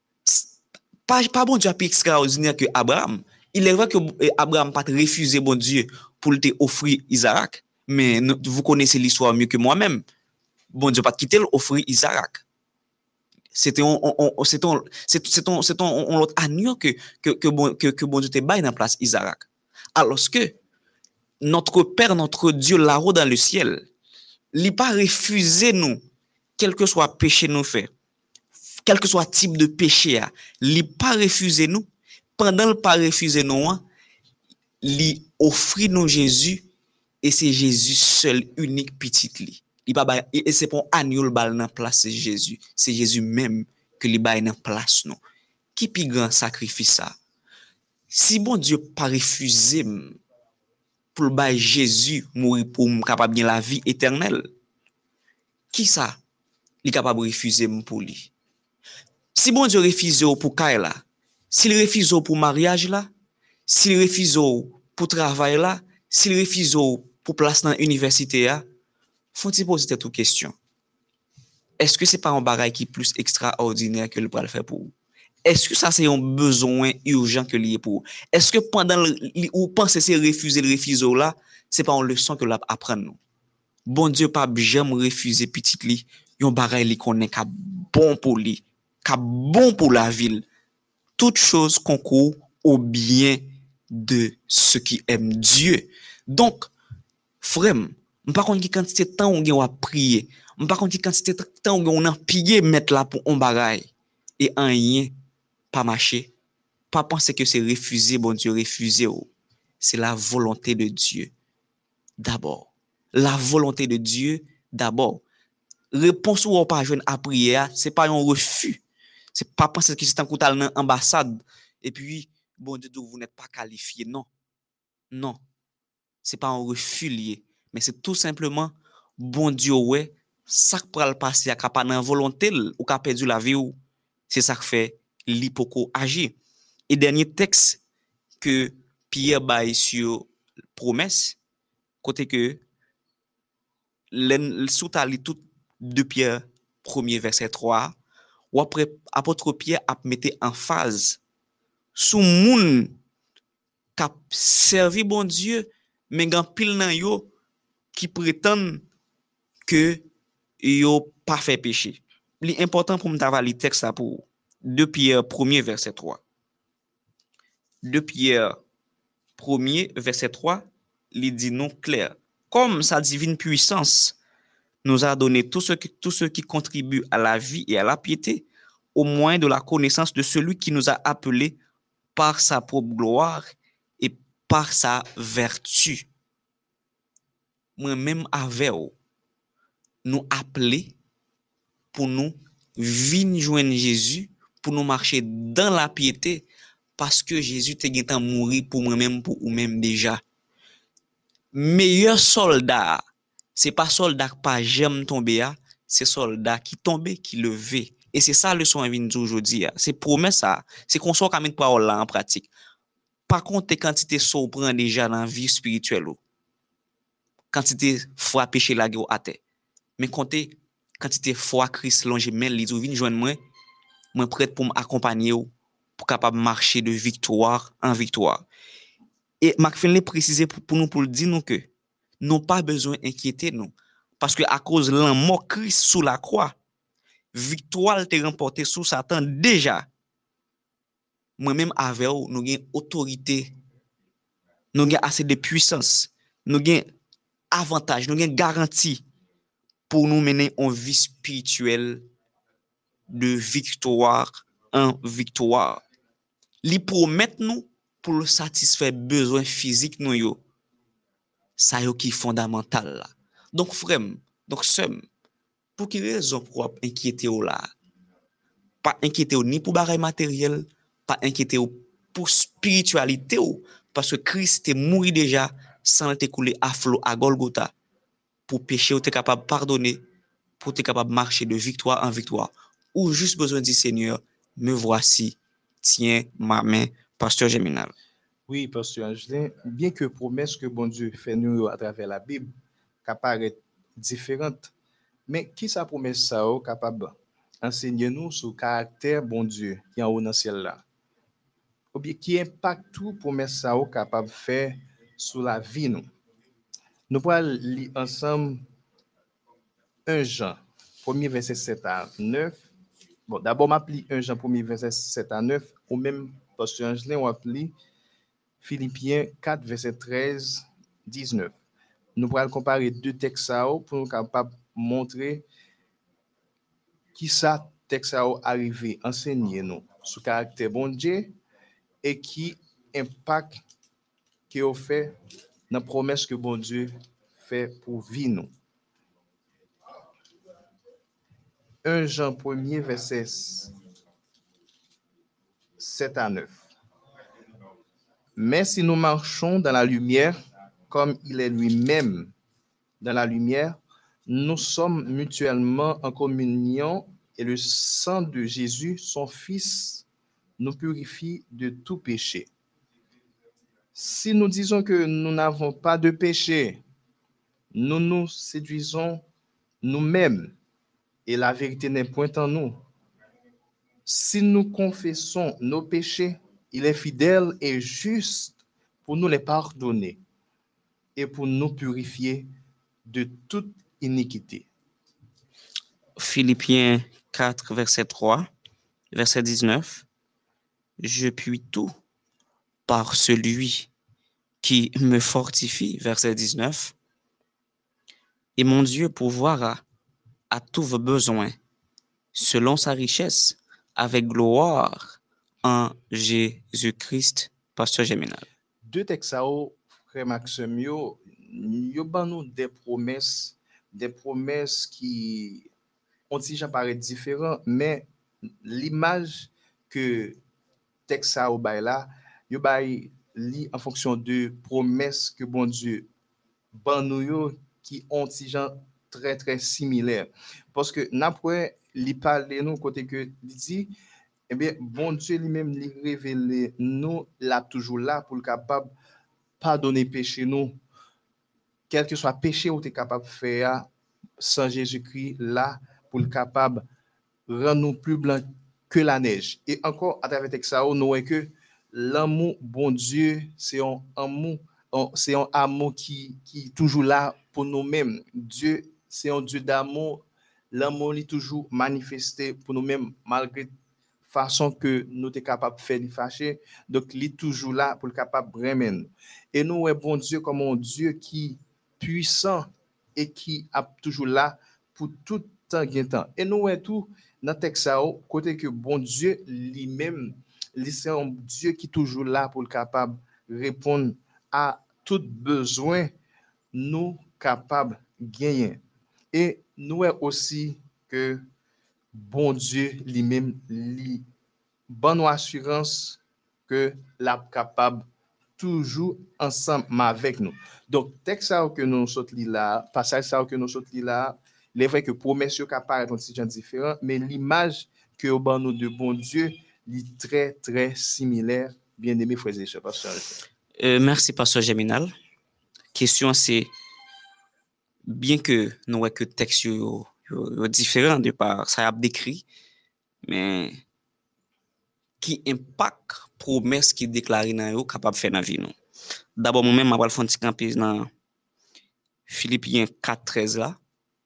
Pas pas bon Dieu a plus extraordinaire que Abraham. Il est vrai que Abraham pas refusé bon Dieu pour te offrir Isaac, mais vous connaissez l'histoire mieux que moi-même. Bon Dieu pas quitté l'offrir Isaac. C'était on, on, on c'est ton c'est c'est ton c'est ton on l'autre agneau que que que bon que, que bon Dieu te baille dans place Isaac. Alors que notre Père, notre Dieu là-haut dans le ciel, il pas refusé nous quel que soit péché nous fait, quel que soit type de péché a, il pas refusé nous pendant le pas refusé nous, il offrit nous Jésus et c'est Jésus seul unique petit li. Il pas et c'est pour agneau bal dans place Jésus, c'est Jésus même que li baille dans place nous. Qui plus grand sacrifice ça? Si bon Dieu pas refusé pour bailler Jésus mourir pour me capable bien la vie éternelle, qui ça? Il capable refuser pour lui. Si bon Dieu refuse pour Kaila, s'il refuse pour mariage là, s'il refuse pour travail là, s'il refuse pour place dans université là, faut-il poser cette question? Est-ce que c'est pas un bagage qui est plus extraordinaire que le bras le faire pour vous? est-ce que ça c'est un besoin urgent que lié pour? Est-ce que pendant le, ou pensez c'est refuser le refuser là, c'est pas une leçon que l'a apprendre nous. Bon Dieu pas jamais refuser petit li, yon bagay li connaît ka bon pour lui, ka bon pour la ville. Toute chose concourt au bien de ceux qui aiment Dieu. Donc, frère, m'pas konn ki quantité temps on gen ou prier, m'pas konn ki quantité temps on a pillé mettre là pour on bagay et en rien pas marcher. Pas penser que c'est refuser, bon Dieu, refuser. C'est la volonté de Dieu. D'abord. La volonté de Dieu, d'abord. Réponse ou pas joindre à prière, c'est pas un refus. C'est pas penser que c'est un coup dans l'ambassade et puis, bon Dieu, vous n'êtes pas qualifié. Non. Non. C'est pas un refus lié. Mais c'est tout simplement, bon Dieu, ouais, ça qui peut le passer à pas dans volonté ou qu'a perdu la vie ou. C'est ça qui fait l'hypoko agir. Et dernier texte que Pierre baille sur promesse, côté que sous tali tout de Pierre premier verset trois, ou après apôtre Pierre a metté en phase sous moun k'ap servi bon Dieu, mais gan pile nan yo qui prétendent que yo pas fait péché. L'important pour m'tava li texte là pour de Pierre premier verset trois. de Pierre premier verset trois, il dit non clair. Comme sa divine puissance nous a donné tout ce qui, tout ce qui contribue à la vie et à la piété, au moins de la connaissance de celui qui nous a appelés par sa propre gloire et par sa vertu. Moi-même avec vous, nous appeler pour nous venir joindre Jésus, pour nous marcher dans la piété, parce que Jésus te gen tan mourir pour moi-même, pour ou-même déjà. Meilleur soldat, c'est pas soldat qui pas jamais tombé, c'est soldat qui tombé, qui levé. Et c'est ça le son vient aujourd'hui. C'est promesse ça, c'est qu'on soit comme une parole là en pratique. Par contre, tes quantités sont prend déjà dans la vie spirituelle. Quantité foi péché la guerre à terre. Mais comptez quantité foi Christ longe mais li ou vinn joindre moi, moi prête pour m'accompagner pour capable marcher de victoire en victoire. Et Marc Finlay précisé pour, pour nous pour dire nous que nous pas besoin inquiéter nous parce que à cause de la mort Christ sous la croix, victoire était remportée sous Satan déjà. Moi-même avec vous, nous avons autorité, nous avons assez de puissance, nous avons avantage, nous avons garantie pour nous mener en vie spirituelle de victoire en victoire. Li promet nous pour le satisfaire besoin physique nous yo. Ça yo qui fondamental là. Donc frère, donc somme, pour qui raison pour inquiéter ou là? Pas inquiéter ou ni pour bagay matériel, pas inquiéter ou pour spiritualité ou parce que Christ est mort déjà sans te couler à flot à Golgotha pour pécher ou t'es capable de pardonner, pour t'es capable de marcher de victoire en victoire. Ou juste besoin du Seigneur, me voici, tiens ma main, Pasteur Geminal. Oui, Pasteur Angelin, bien que promesse que bon Dieu fait nous à travers la Bible, apparaît différente, mais qui sa promesse ça est capable enseigner nous sur le caractère bon Dieu qui est en haut dans le ciel là? Ou bien qui impacte tout promesse ça est capable de faire sur la vie nous? Nous allons lire ensemble un Jean, premier verset sept à neuf. Bon, d'abord, m'appli un Jean, premier verset sept à neuf, ou même, Pasteur Angelin, on appli Philippiens quatre, verset treize, dix-neuf. Nous allons comparer deux textes pour nous capables de montrer qui ça texte arrivé enseigner nous sur le caractère bon Dieu et qui impact qui est fait dans la promesse que bon Dieu fait pour vie nous. un Jean premier, verset sept à neuf. Mais si nous marchons dans la lumière, comme il est lui-même dans la lumière, nous sommes mutuellement en communion et le sang de Jésus, son Fils, nous purifie de tout péché. Si nous disons que nous n'avons pas de péché, nous nous séduisons nous-mêmes et la vérité n'est point en nous. si nous confessons nos péchés, il est fidèle et juste pour nous les pardonner et pour nous purifier de toute iniquité. Philippiens quatre, verset trois, verset dix-neuf. Je puis tout par celui qui me fortifie, verset dix-neuf. Et mon Dieu pourvoira à tous vos besoins selon sa richesse avec gloire en Jésus-Christ. Pasteur Géminal. Deux textes, frère Maxime, yo, yo ban nous des promesses, des promesses qui ont déjà paraît différent, mais l'image que texte ça au bail là, yo bail li en fonction de promesses que bon Dieu ban nous yo qui ont déjà très très similaires. Parce que n'après li parler nous côté que dit eh bien bon Dieu lui-même li révélé nous là toujours là pour le capable pardonner péché nous, quel que soit péché ou tu es capable de faire sans Jésus-Christ là pour le capable rendre nous plus blancs que la neige. Et encore à travers texte ça, nous voyons que l'amour bon Dieu, c'est un amour c'est un amour qui qui est toujours là pour nous-mêmes. Dieu, c'est un Dieu d'amour. L'amour est toujours manifesté pour nous-mêmes malgré façon que nous sommes capables de faire les fâcher. Donc, il est toujours là pour le capable de vraiment. Et nous, est bon Dieu comme un Dieu qui est puissant et qui est toujours là pour tout temps et temps. Et nous, est tout dans le texte, côté que bon Dieu lui-même, c'est un Dieu qui est toujours là pour le capable de répondre à tout besoin nous capables de gagner. Et nous, est aussi que bon Dieu lui-même lui bonne assurance que l'a capable toujours ensemble avec nous. Donc texte ça que nous sorti là, passage ça que nous sorti là, il est vrai que promesse yo capable sont si différent, mais l'image que au ban nous de bon Dieu, est très très similaire. Bien-aimé frères et sœurs, pasteur. Euh, merci pasteur Géminal. Question c'est bien que nous voyons que texte yo, yo, yo différent de par ça a décrit, mais qui impact promesse qui déclaré dans yo capable faire dans vie nous. D'abord moi-même m'a faire un petit camper dans Philippiens quatre treize là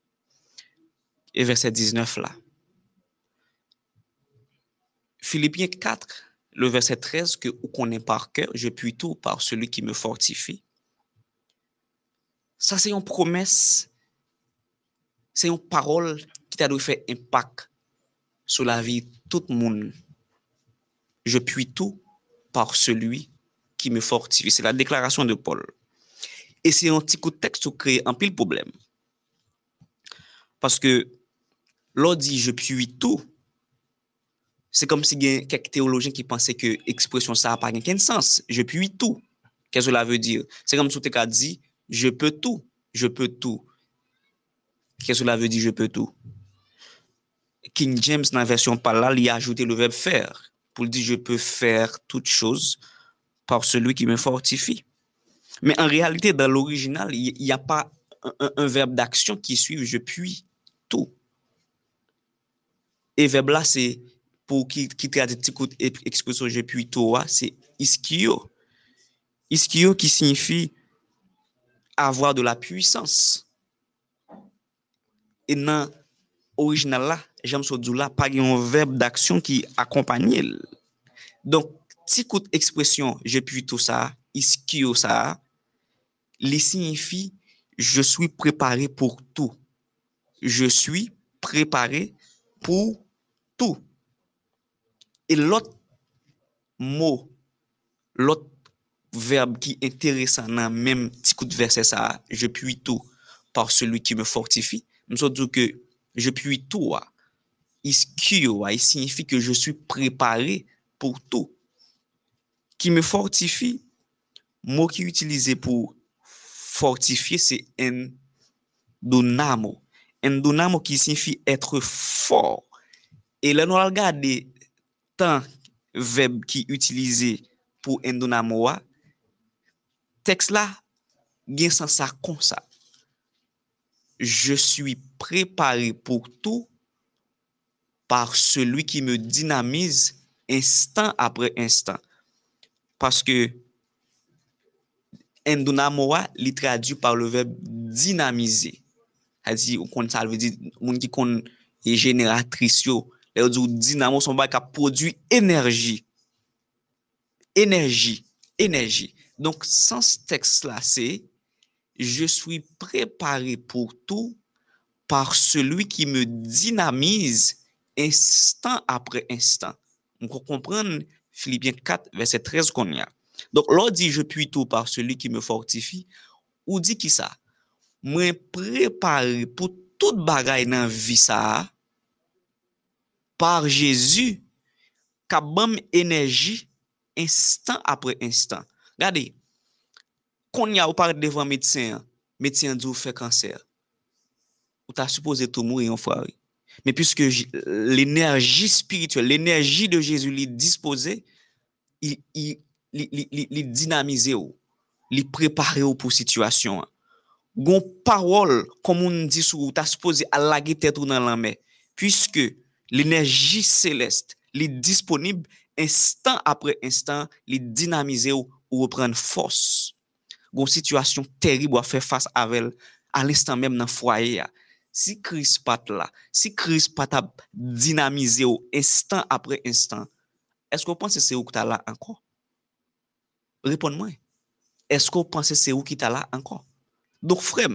et verset dix-neuf là. Philippiens quatre le verset treize que vous connaissez par cœur, je puis tout par celui qui me fortifie. Ça c'est une promesse, c'est une parole qui t'a dû faire impact sur la vie de tout le monde. Je puis tout par celui qui me fortifie. C'est la déclaration de Paul. Et c'est un petit coup de texte qui crée un pile problème. Parce que l'on dit je puis tout, c'est comme si il y a quelques théologiens qui pensaient que l'expression ça n'a pas aucun sens. Je puis tout. Qu'est-ce que cela veut dire? C'est comme si tu as dit je peux tout, je peux tout. Qu'est-ce que cela veut dire je peux tout? King James, dans la version par là, il a ajouté le verbe faire pour dire je peux faire toutes choses par celui qui me fortifie. Mais en réalité, dans l'original, il n'y a pas un, un, un verbe d'action qui suit je puis tout. Et verbe là, c'est pour qui, qui traduit l'expression je puis tout, c'est ischio. Ischio qui signifie avoir de la puissance. Et dans l'original là, j'aime ce dire là, pas un verbe d'action qui accompagne. Donc, petit coup d'expression je puis tout ça, ischio ça, il signifie je suis préparé pour tout. Je suis préparé pour tout. Et l'autre mot, l'autre verbe qui est intéressant dans le même petit coup de verset, ça, je puis tout par celui qui me fortifie. Nous sommes dit que je puis tout, il signifie que je suis préparé pour tout. Qui me fortifie, mot qui est utilisé pour fortifier, c'est endonamo. Endonamo qui signifie être fort. Et là, nous regardons tant verbe qui est utilisé pour endonamo, texte là, gain sens ça comme ça. Je suis préparé pour tout par celui qui me dynamise instant après instant. Parce que endunamoa, il traduit par le verbe dynamiser. C'est-à-dire, ça veut dire, moun qui kon est génératrice, yo, le dit dynamo, son bac a produit énergie. Énergie. Énergie. Donc, sans ce texte-là, c'est je suis préparé pour tout par celui qui me dynamise instant après instant. On peut comprendre Philippiens quatre, verset treize qu'on y a. Donc, l'on dit je puis tout par celui qui me fortifie, ou dit qui ça? Moi préparé pour toute bagaille dans vie ça par Jésus qui bam énergie instant après instant. Regardez, quand y a ou parle devant médecin, médecin dit ou fait cancer. Ou t'as supposé tout mourir en fois. Mais puisque l'énergie spirituelle, l'énergie de Jésus est disposée, il il il il, il dynamisé ou, il préparé ou pour situation. Gon parole comme on dit sous t'as supposé à la tête dans la main puisque l'énergie céleste est disponible instant après instant, il dynamisé ou, ou reprendre force. Gon situation terrible à faire face avec à l'instant même dans foyer. Si Christ pas là, si Christ pas t'a dynamisé ou instant après instant, est-ce que vous pensez c'est où que t'as là encore? Répondez-moi. Est-ce que vous pensez c'est où qui t'a là encore? Donc, frère,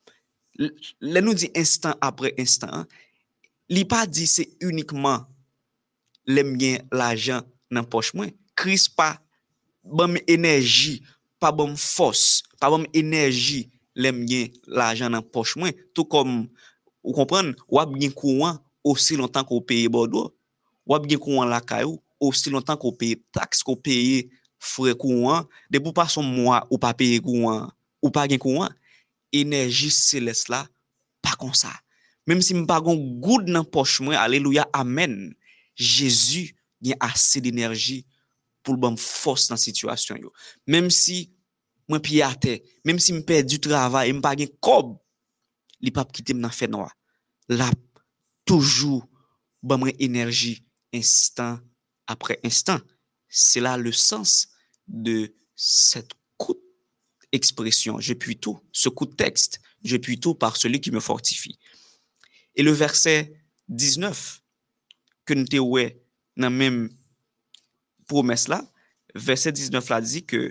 là nous dit instant après instant, il pas dit c'est uniquement l'aime bien l'argent dans poche moi. Christ pas bon énergie, pas bon force, pas bon énergie, l'aime bien l'argent dans poche moi. Tout comme, vous comprenez, ou a bien courant aussi longtemps qu'on paye Bordeaux, ou a bien courant la caillou aussi longtemps qu'on paye taxe, qu'on paye frais courant, de pour pas son mois ou pas payer courant, ou pas gain courant. Énergie céleste là pas comme ça même si m'pas gon goud dans poche moi alléluia amen Jésus a assez d'énergie pour le bon force dans situation yo même si moi pied à terre même si me perd du travail m'pas gen cob li pas quitter me dans fait noir là toujours bon énergie instant après instant. C'est là le sens de cette courte expression, je puis tout, ce coup de texte, je puis tout par celui qui me fortifie. Et le verset dix-neuf, que nous te ouais dans même promesse là, verset dix-neuf là dit que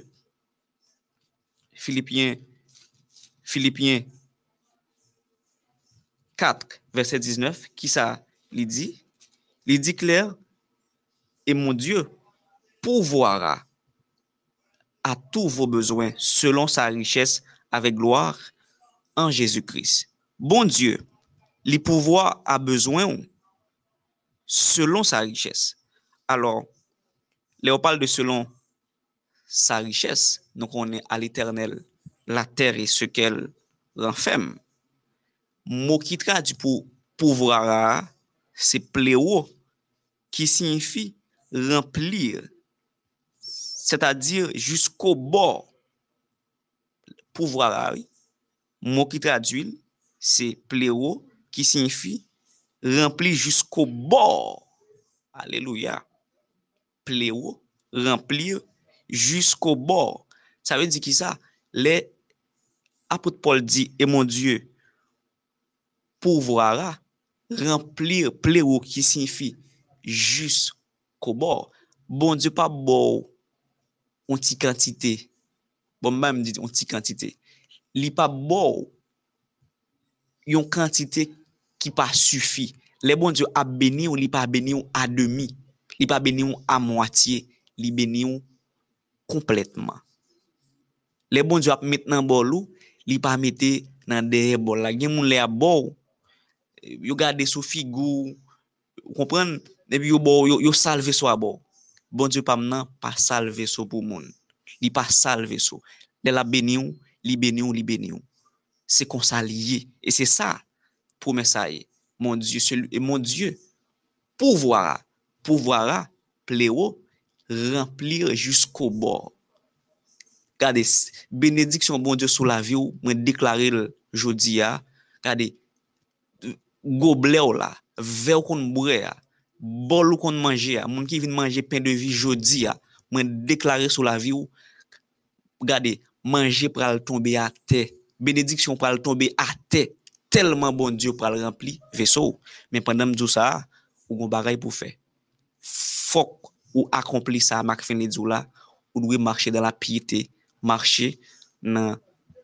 Philippiens, Philippiens quatre, verset dix-neuf, qui ça il dit? Il dit clair, et mon Dieu pourvoira à tous vos besoins selon sa richesse avec gloire en Jésus-Christ. Bon Dieu, les pouvoirs a besoin selon sa richesse. Alors, là on parle de selon sa richesse, donc on est à l'éternel, la terre et ce qu'elle renferme. Mot qui traduit pour pouvoir, c'est pléo, qui signifie remplir, c'est-à-dire jusqu'au bord. Pouvoir, oui. Mot qui traduit, c'est pléo, qui signifie remplir jusqu'au bord. Alléluia. Pléo, remplir jusqu'au bord. Ça veut dire qui ça? Les apôtres Paul dit, et mon Dieu, pourvoira, remplir, pléo, qui signifie jusqu'au bord. Bon Dieu, pas bord, on ti quantité. Bon, même dit, on ti quantité. Li pas bord, yon quantité qui pas suffit. Les bon Dieu a béni ou li pas béni ou à demi. Li pas béni ou à moitié. Li béni ou complètement. Les bon Dieu a maintenant bolou, li pas mette dans derrière bol la. Gen moun le a bol, yo gade sou figou, comprendre, et puis yo bol, yo, yo salve so a bol. Bon Dieu pas maintenant pas salve so pour moun. Li pas salve so. De la béni ou, li béni ou, li béni ou. C'est comme ça lié. Et c'est ça, promesse ça est. Mon Dieu, celui, et mon Dieu, pouvoira, pouvoira, pléo, remplir jusqu'au bord. Regardez, bénédiction, bon Dieu, sous la vie, ou, moi, déclarer le jodi a, regardez, gobelet ou là, verre qu'on boire, bol ou qu'on manger, moun qui vient manger pain de vie jodi a, moi déclarer sur la vie ou regardez, manger pral tomber à terre, bénédiction pral tomber à terre, tellement bon Dieu pral rempli vaisseau. Mais pendant m'dou ça, ou gon bagay pour faire. Faut ou accomplir ça, Marc Fenedou là, ou doit marcher dans la piété, marcher dans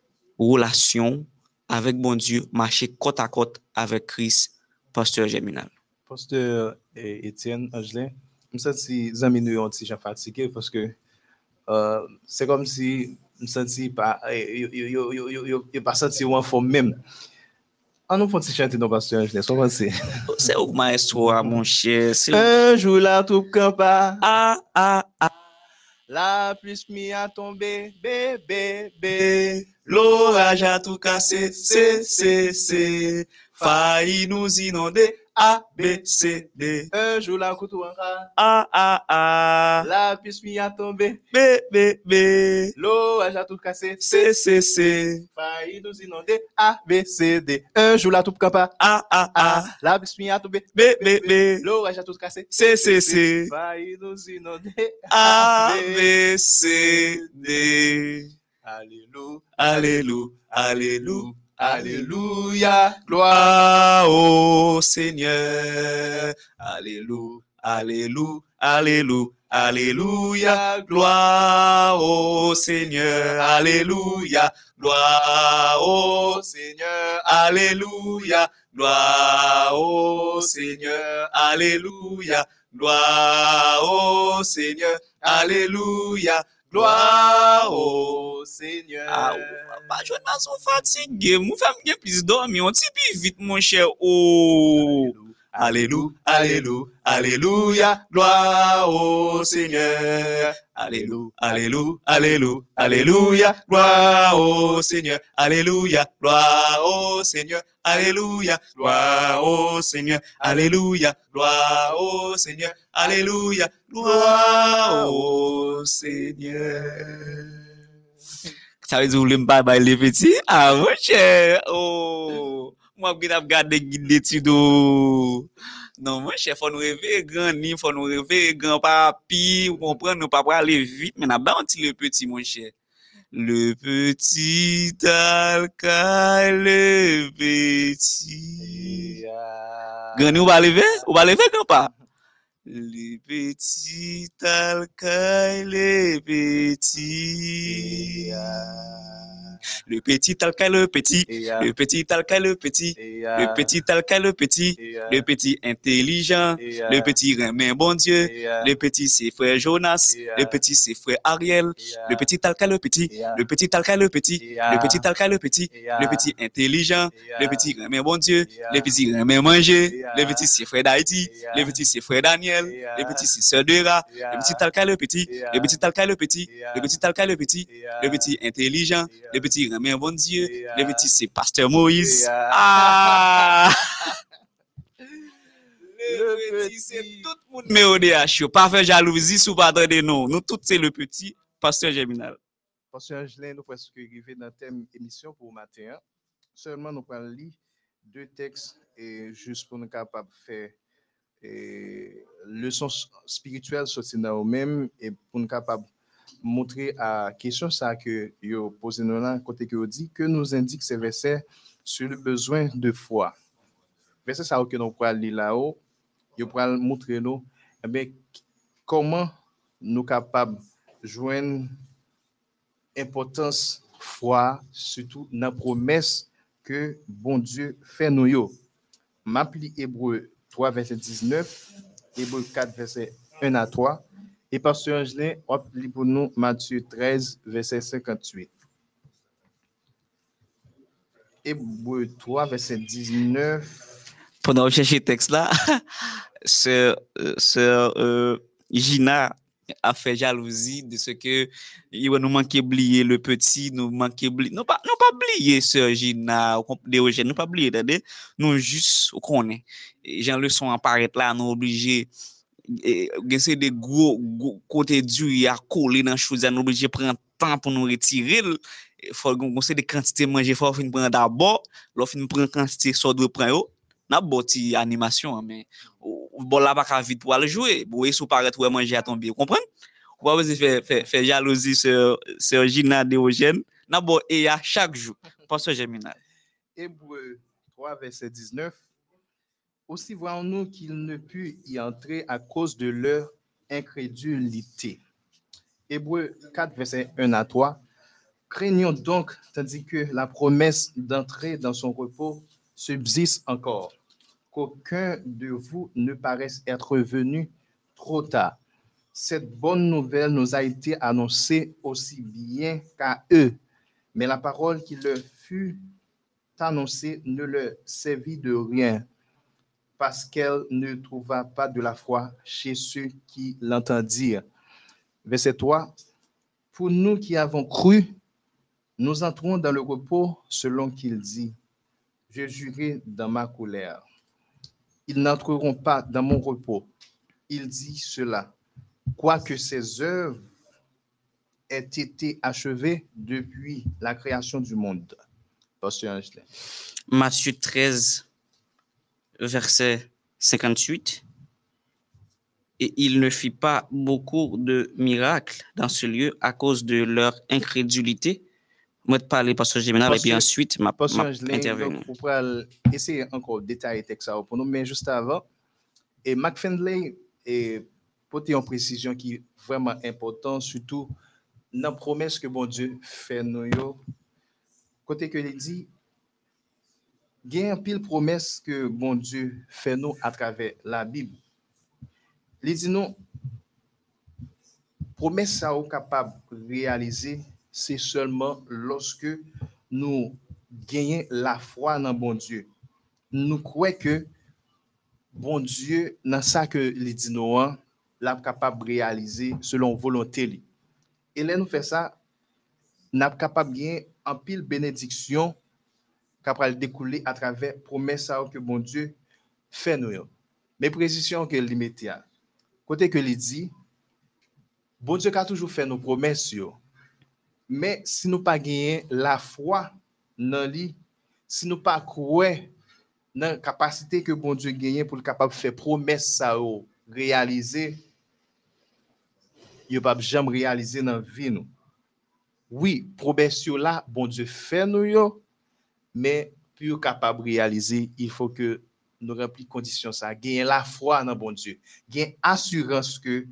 relation avec bon Dieu, marcher côte à côte avec Christ, pasteur Germinal. Pasteur Étienne Angelin, je me sens si amis nous ont déjà fatigué parce que euh, c'est comme si je me sens pas yo yo yo yo yo pas senti en forme même. Ah nous faut chanter nos pasteur Angelin, ça va c'est. C'est au maestro mon cher, c'est un jour là tout campa. Ah ah ah. La pluie m'y a tombé, bébé, bébé. L'orage a tout cassé, c'est, c'est, c'est. Failli nous inonder, A, B, C, D. Un jour la couteau en cas. Ah ah ah. La pluie m'y a tombé, bébé, bébé. L'orage a tout cassé, C, C, C. Failli nous inonder, A, B, C, D. Un jour la tout campa. Ah ah ah. La pluie m'y a tombé, bébé, bébé. L'orage a tout cassé, C, C, C. Failli nous inonder, A, B, C, D. Alléluia, Alléluia, Alléluia, Alléluia, gloire au Seigneur. Alléluia, Alléluia, Alléluia, Alléluia, gloire au Seigneur. Alléluia, gloire au Seigneur. Alléluia, gloire au Seigneur. Alléluia, gloire au Seigneur. Alléluia. Gloire au Seigneur. Ah, pas je n'ai pas fatigué. Mon femme qui plus dormir. On t'y plus vite, mon cher. Oh. Alléluia, Alléluia, Alléluia. Gloire au Seigneur. Alléluia, Alléluia, Alléluia, Alléluia. Gloire au Seigneur. Alléluia, gloire au Seigneur. Alléluia, gloire au Seigneur. Alléluia, gloire au Seigneur. Alléluia, gloire au Seigneur. Ça veut dire que vous voulez me bye les petits? Ah, mon cher. Oh. Moi, je vais regarder guide d'études. Non, mon cher, faut nous rêver grand, il faut nous rêver grand papi, vous comprenez, nous pas aller vite, mais n'a pas le petit, mon cher. Le petit alcaï, le petit. Grand, vous va lever? Vous va lever grand pas? Le petit alcaï, le petit. Le petit alcaï, le petit. Le petit alcaï, le petit. Le petit alcaï, le petit. Le petit intelligent. Le petit remet bon Dieu. Le petit c'est frère Jonas. Le petit c'est frère Ariel. Le petit alcaï, le petit. Le petit alcaï, le petit. Le petit alcaï, le petit. Le petit intelligent. Le petit remet bon Dieu. Le petit remet manger. Le petit c'est frère d'Haïti. Le petit c'est frère Daniel. Le petit c'est sœur de Ra. Le petit alcaï, le petit. Le petit alcaï, le petit. Le petit alcaï, le petit. Le petit intelligent. Le petit remet bon Dieu. Le petit c'est pasteur Moïse. Ah! Le petit c'est tout le monde mais au D H. Pas faire jalousie sous pas de nous. Nous tous c'est le petit pasteur Germinal. Pasteur Angelin, nous presque arrivé dans le thème émission pour matin. Seulement nous allons lire deux textes et juste pour nous capables de faire et leçon spirituelle sortir dans nous-mêmes et pour nous capables montrer à question ça que yo posé nous là côté que dit que nous indique ces versets sur le besoin de foi. Verset ça que nous pourra lire là-haut, yo pourra montrer nous eh bien comment nous capables joindre importance foi surtout dans promesse que bon Dieu fait nous yo. M'appli Hébreu trois verset dix-neuf, Hébreu quatre verset un à trois. Et pasteur Angelin, on lit pour nous Matthieu treize, verset cinquante-huit. Hébreu trois, verset dix-neuf. Pendant que je cherche le texte là, sœur euh, Gina a fait jalousie de ce que il nous manquait oublier le petit, nous manquait oublier. Non pas, non pas oublier sœur Gina, Déogène, nous pas oublier, nous juste qu'on est. Jean le son apparaître là, nous obligés et c'est des gros, gros côté dur à coller dans chose nous obligé prendre temps pour nous retirer faut qu'on sait des quantités manger faut fin prendre d'abord l'offre fin prendre quantité soit doit prendre n'a boti animation mais bon là pas vite pour aller jouer. Bon, et sous paraître ou manger à tomber, vous comprenez? Ou pas besoin faire faire faire jalousie sur sur Gina Diogène. N'a bon et à chaque jour. Pasteur Geminal. Hébreux trois verset dix-neuf. Aussi voyons-nous qu'ils ne purent y entrer à cause de leur incrédulité. Hébreux quatre verset un à trois. Craignons donc, tandis que la promesse d'entrer dans son repos subsiste encore, qu'aucun de vous ne paraisse être venu trop tard. Cette bonne nouvelle nous a été annoncée aussi bien qu'à eux, mais la parole qui leur fut annoncée ne leur servit de rien, parce qu'elle ne trouva pas de la foi chez ceux qui l'entendirent. Verset trois. Pour nous qui avons cru, nous entrons dans le repos selon qu'il dit. Je jurai dans ma colère. Ils n'entreront pas dans mon repos. Il dit cela. Quoique ses œuvres aient été achevées depuis la création du monde. Pasteur Angelin. Matthieu treize, verset cinquante-huit. Et il ne fit pas beaucoup de miracles dans ce lieu à cause de leur incrédulité. Moi, de parler pasteur Geminal et puis ensuite, ma, ma intervenir. On pourra essayer encore de détailler le texte pour nous, mais juste avant, et McFindlay est porté en précision qui est vraiment important, surtout dans la promesse que bon Dieu fait nous. Côté que il dit, il y a une pile promesse que bon Dieu fait nous à travers la Bible. Il dit non, promesse ça est capable de réaliser, c'est seulement lorsque nous gagnons la foi dans bon Dieu. Nous croyons que bon Dieu, dans ça que les dit nous, l'a capable de réaliser selon volonté. Et là, nous fait ça, nous sommes capables de gagner en pile bénédiction capable de découler à travers promesse que bon Dieu fait nous. Mais précision que limité à côté que il dit, bon Dieu a toujours fait nos promesses. Mais si nous pas gagner la foi dans lui, si nous pas croire dans la capacité que bon Dieu gagne pour le capable de faire promesse ça réaliser, il pas jamais réaliser dans vie nous. Oui, promesse là bon Dieu fait nous yo, mais pour capable réaliser, il faut que nous remplir conditions ça, gagner la foi dans bon Dieu, gagner assurance que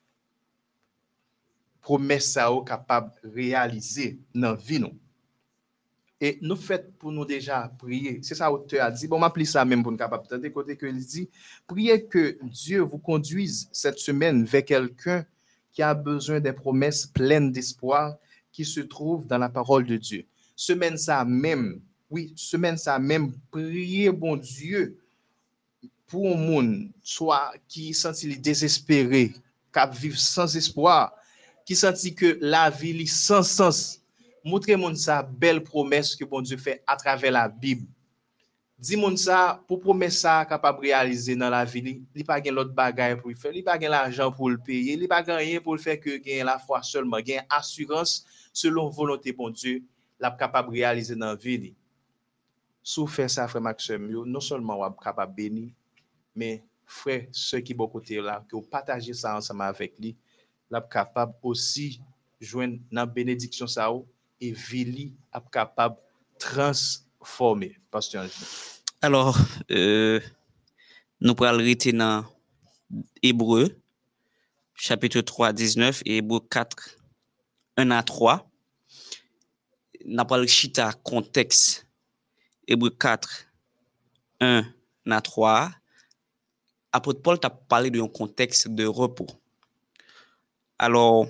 promesse ça capable réaliser dans vie nous. Et nous fait pour nous déjà prier. C'est ça auteur a dit. Bon, m'appeler ça même pour nous capable de côté que il dit, priez que Dieu vous conduise cette semaine vers quelqu'un qui a besoin des promesses pleines d'espoir qui se trouvent dans la parole de Dieu. Semaine ça même, oui, semaine ça même, priez bon Dieu pour un monde soit qui sentit désespéré, qui vivent sans espoir, qui sentit que la vie est sans sens. Montrez-moi ça belle promesse que bon Dieu fait à travers la Bible. Dis-moi ça pour promesse ça capable de réaliser dans la vie, il pas gain l'autre bagaille pour faire, il pas gain l'argent pour le payer, il pas rien pour le faire que gain la foi seulement, gain assurance selon volonté bon Dieu, la capable de réaliser dans la vie. Sous faire ça frère Maxime, non seulement on capable bénir, mais frère ceux qui bon côté là que partager ça ensemble avec lui, la capable aussi joindre dans bénédiction ça et vie est capable de transformer. Pasteur. Alors, euh, nous pourrons arrêter dans Hébreux, chapitre trois, dix-neuf, et Hébreux quatre, un à trois. Nous pourrons chita contexte. Hébreux quatre, un à trois. Apôtre Paul t'a parlé d'un contexte de repos. Alors,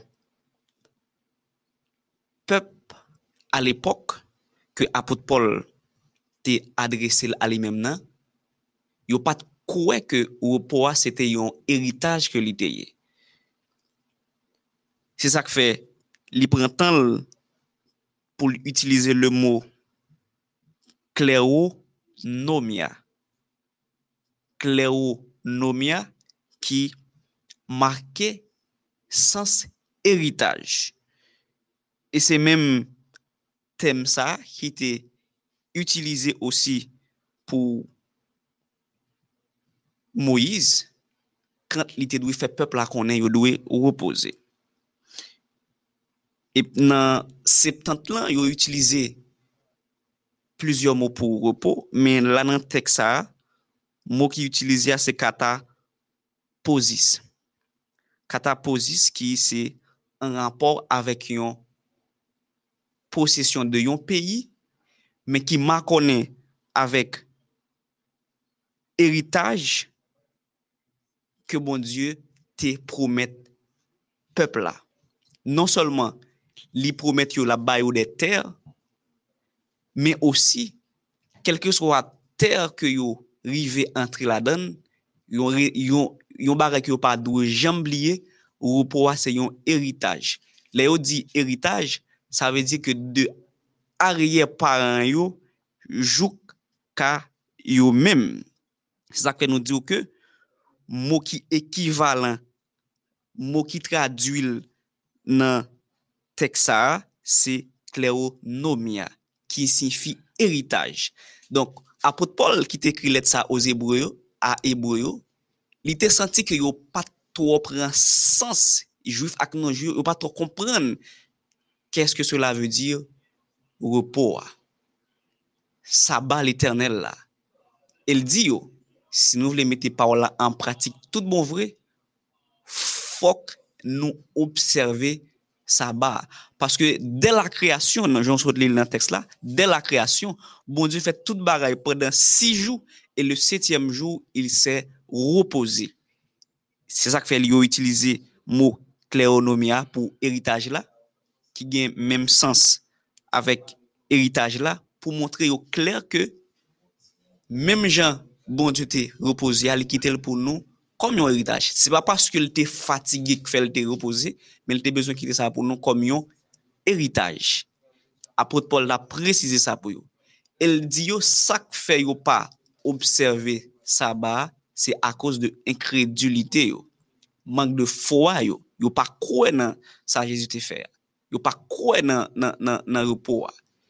peuple à l'époque que apôtre Paul t'est adressé à lui-même, il n'y a pas de quoi que repos c'était un héritage que lui était. C'est ça que fait, il prend temps pour utiliser le mot kléronomia. Kléronomia qui marquait sens héritage. Et c'est même thème ça qui était utilisé aussi pour Moïse quand il te doit faire peuple là qu'on est, il doit reposer. Et dans septante ans, il a utilisé plusieurs mots pour repos, mais là dans le texte ça, mot qui utilisé c'est kataposis. Kataposis qui c'est un rapport avec une possession de un pays, mais qui m'a connaît avec héritage que bon Dieu te promet peuple là. Non seulement li promet yo la baille des terres, mais aussi quelle que soit terre que yo rive entrer là-dedans, yon yon yon bagay yo pas doit jamais oublier, repos c'est un héritage. Là yo dit héritage, ça veut dire que de arrière parents yo jusqu'à yo même. C'est ça que nous dit que mot qui équivalent, mot qui traduit dans texte ça, c'est kléonomia qui signifie héritage. Donc apôtre Paul qui t'écrit lettre ça aux Hébreux à Hébreux, il t'a senti que yo pas trop prend sens juif ak non juif, yo pas trop comprendre qu'est-ce que cela veut dire repos. Sabbat l'Éternel là. Il dit yo, si nous voulons mettre parole là en pratique tout bon vrai, faut que nous observer sabbat parce que dès la création, dans Jean sorti dans le texte là, dès la création, bon Dieu fait toute bagaille pendant six jours et le septième jour, il s'est reposé. C'est ça que fait lui utiliser mot kléonomia pour héritage là qui gagne même sens avec héritage là pour montrer au clair que même Jean bon Dieu te reposé, il quitte pour nous comme un héritage. C'est pas parce qu'il était fatigué qu'il fait te reposer, mais il était besoin quitter ça pour nous comme un héritage. Apôtre Paul a précisé ça pour vous. Il dit yo ça fait yo pas observer sabbat, c'est à cause de incrédulité yo, manque de foi yo, yo pas croire dans ça Jésus te fait. Yo pas croire dans dans dans dans repos.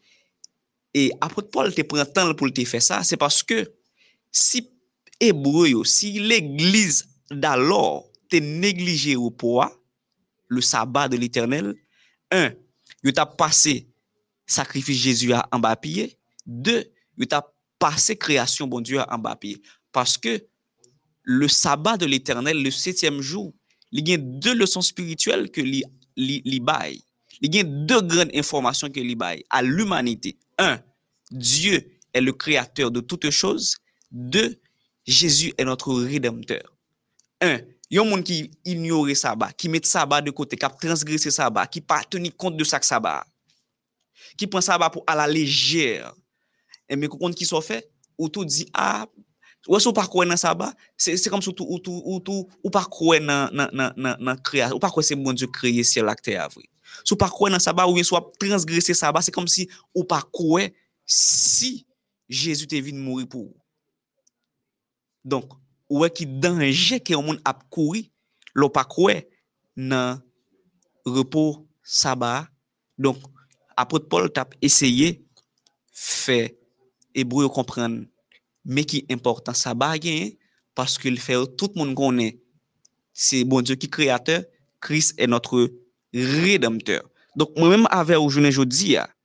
Et apôtre Paul te prend temps pour te faire ça, c'est parce que si Hébreu yo, si l'église d'alors te négligé repos, le sabbat de l'Éternel, un, yo t'a passé sacrifice Jésus en bas pied, deux, yo t'a passé création bon Dieu en bas pied parce que le sabbat de l'Éternel, le septième jour, il y a deux leçons spirituelles que li li, li baille. Il y a deux grandes informations que li baille à l'humanité. Un, Dieu est le créateur de toutes choses. Deux, Jésus est notre rédempteur. Un, il y a un monde qui ignore sabbat, qui met sabbat de côté, qui a transgressé sabbat, qui pas tenir compte de ça sabbat, qui prend sabbat pour à la légère. Et mais quand qui sont fait, ou tout dit ah ou est-ce pas croire dans sabbat, c'est c'est comme si tout ou tout ou tout ou pas croire dans dans dans dans création, ou pas croire c'est bon Dieu créé ciel la terre vrai. Si ou pas croire dans sabbat ou bien soit transgresser sabbat, c'est comme si ou pas croire si Jésus est venu mourir pour vous. Donc ou est qui danger que on a courir, l'on pas croire dans repos sabbat. Donc apôtre Paul t'a essayé faire Hébreu comprendre mais qui important sabbat gain parce qu'il fait tout le monde connaît c'est bon Dieu qui créateur, Christ est notre rédempteur. Donc moi même avec aujourd'hui jodi a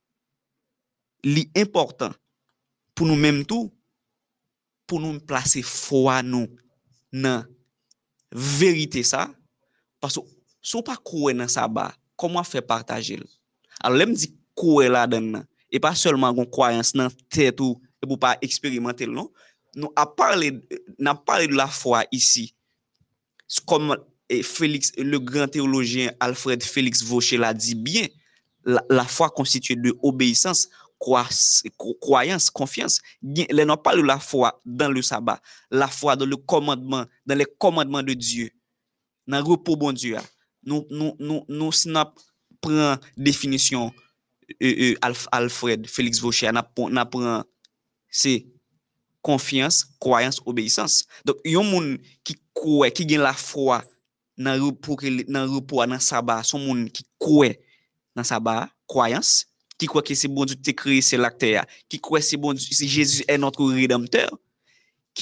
li important pour nous même tout pour nous placer foi nous dans vérité ça parce que si on pas croire dans sabbat comment faire partager. Alors l'aime dit croire là-dedans et pas seulement une croyance dans tête ou pour pas expérimenter non. Nous a parlé n'a parlé de la foi ici. Comme Félix le grand théologien Alfred Félix Vaucher l'a dit bien, la, la foi constituée de obéissance, croyance, confiance. Là n'a pas de la foi dans le sabbat, la foi dans le commandement, dans les commandements de Dieu. Dans le repos bon Dieu. Nous nous nous nous si n'a prend définition euh, euh, Alfred Félix Vaucher n'a prend c'est confiance, croyance, obéissance. Donc, il y a un monde qui croit, qui a la foi dans le repos, dans le repos, dans le sabbat, son monde qui croit dans le sabbat, croyance, qui croit que c'est bon Dieu qui a créé c'est l'acteur, qui croit que c'est bon Dieu, Jésus est notre rédempteur, qui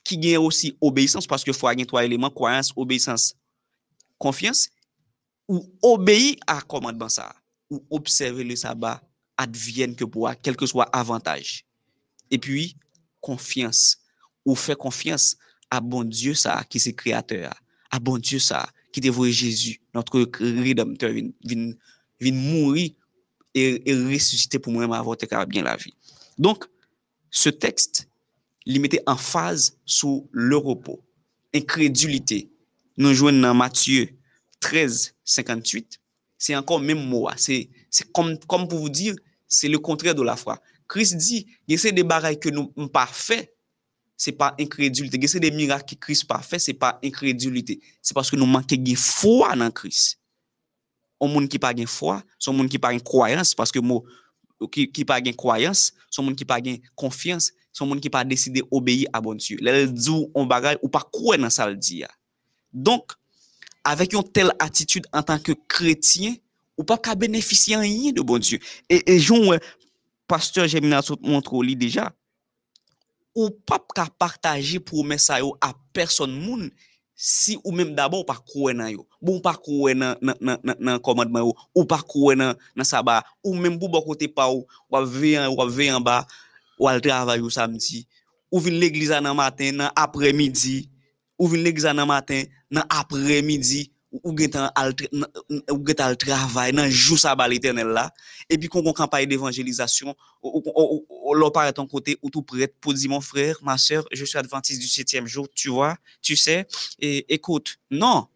qui gagne aussi obéissance, parce que foi gagne trois éléments, croyance, obéissance, confiance, ou obéir à commandement ça, ou observer le sabbat, advienne que pour quel que soit avantage. Et puis, confiance, ou faire confiance à bon Dieu ça, qui c'est créateur, à bon Dieu ça, qui dévoue Jésus, notre rédempteur, vient, vient, vient mourir et, et ressusciter pour moi avoir bien la vie. Donc, ce texte, il mettait en phase sur le repos, incrédulité. Nous jouons dans Matthieu treize, cinquante-huit. C'est encore le même mot. C'est, c'est comme, comme pour vous dire, c'est le contraire de la foi. Christ dit, c'est des bagailles que nous n'avons pas fait, c'est pas incrédulité. C'est des miracles que Christ n'a pas fait, c'est pas incrédulité. C'est parce que nous manquons de foi dans Christ. Un monde qui n'a pas de foi, c'est un monde qui n'a pas de croyance, parce que moi, qui qui pas gain croyance, son monde qui pas gain confiance, son monde qui pas décidé obéir à bon Dieu. L'elle dit on bagaille ou pas croire dans ça le dit. Donc avec une telle attitude en tant que chrétien, ou pas qu'à bénéficier rien de bon Dieu. Et et Jean pasteur Germinal montre lui déjà ou pas qu'à partager promesse à personne moun si ou même d'abord pas croire dans yo bon pas croire dans dans dans commandement ou pas croire dans dans sabbat ou même pour côté pas ou ou veiller ou veiller en bas ou al travail au samedi ou vinn l'église dans matin dans après-midi ou vinn l'église dans matin dans après-midi ou getan al ou getan al travail dans jour sabbat l'éternel là et puis qu'on campagne d'évangélisation ou l'on paraît ton côté ou tout prêt pour dire mon frère ma sœur je suis adventiste du septième jour tu vois tu sais et écoute non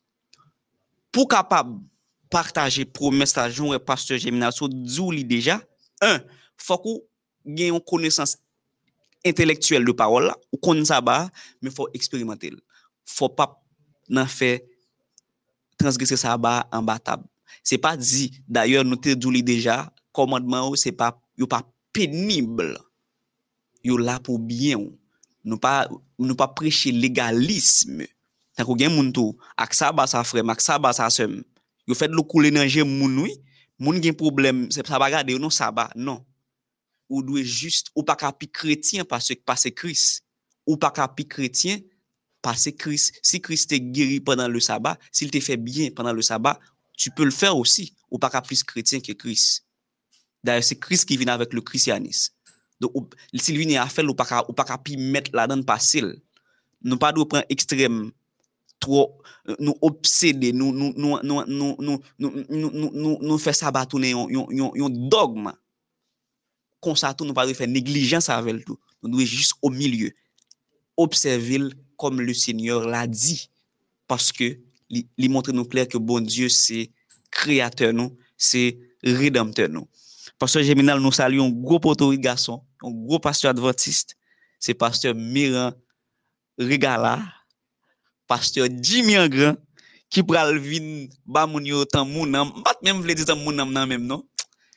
pour capable partager promesse à Jean et pasteur Germinal so dit déjà un faut qu'on gagne une connaissance intellectuelle de parole là ou connaît ça ba mais faut expérimenter faut pas n'en faire transgresser ça ba en bas-table. C'est pas dit d'ailleurs nous te dit déjà commandement c'est pas yo pas pénible. Yo là pour bien. Nous pas nous pas prêcher légalisme. Tant que gen moun tou ak ça ba ça frère, ak ça ba ça sœur. Yo fait le couler dans gen moun oui, moun gen problème, c'est ça pas garder non ça ba non. Ou doit juste ou pas capi chrétien parce que parce Christ. Ou pas capi chrétien parce que Christ, si Christ te guéri pendant le sabbat, s'il te fait bien pendant le sabbat, tu peux le faire aussi. Ou pas qu'à plus chrétien que Christ. D'ailleurs, c'est Christ qui vient avec le christianisme. Donc, s'il vient à faire, ou pas qu'à ou pas qu'à mettre là-dedans facile. Nous pas de prendre extrême, trop, nous obséder, nous nous nous nous nous nous nous nous nous nous faire sabbat tourner un un dogme. Comme ça, tout nous pas de faire négligence avec le tout. Nous devons juste au milieu observer comme le Seigneur l'a dit, parce que il montre nous clair que bon Dieu c'est créateur nous, c'est rédempteur nous. Pasteur Germinal nous saluons un gros poteau garçon, un gros pasteur adventiste, c'est pasteur Miran Regala, pasteur Jimmy Angran qui pral vinn ba moun yo tan mounam, pas même vle dire tan mounam nan même non.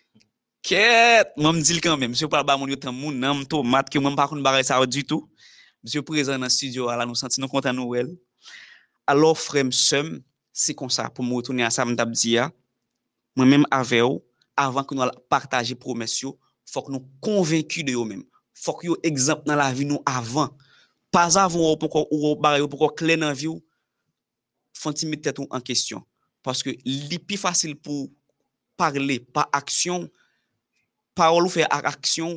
Quête, moi me dit quand même, monsieur pral ba moun yo tan mounam tomate que moi pas konn bagay ça du tout. Monsieur présent dans le studio, là, nous sentons content Noël. Alors, frère, sœur, c'est comme ça, pour me retourner à ça, je dis, moi-même avec vous, avant que nous partagions les promesses, il faut que nous convaincus de nous-mêmes. Il faut que nous exemple dans la vie nous avant. Pas avant ou pour clair dans la vie, il faut que nous mettre en question. Parce que c'est plus facile pour parler par action, parole ou faire action,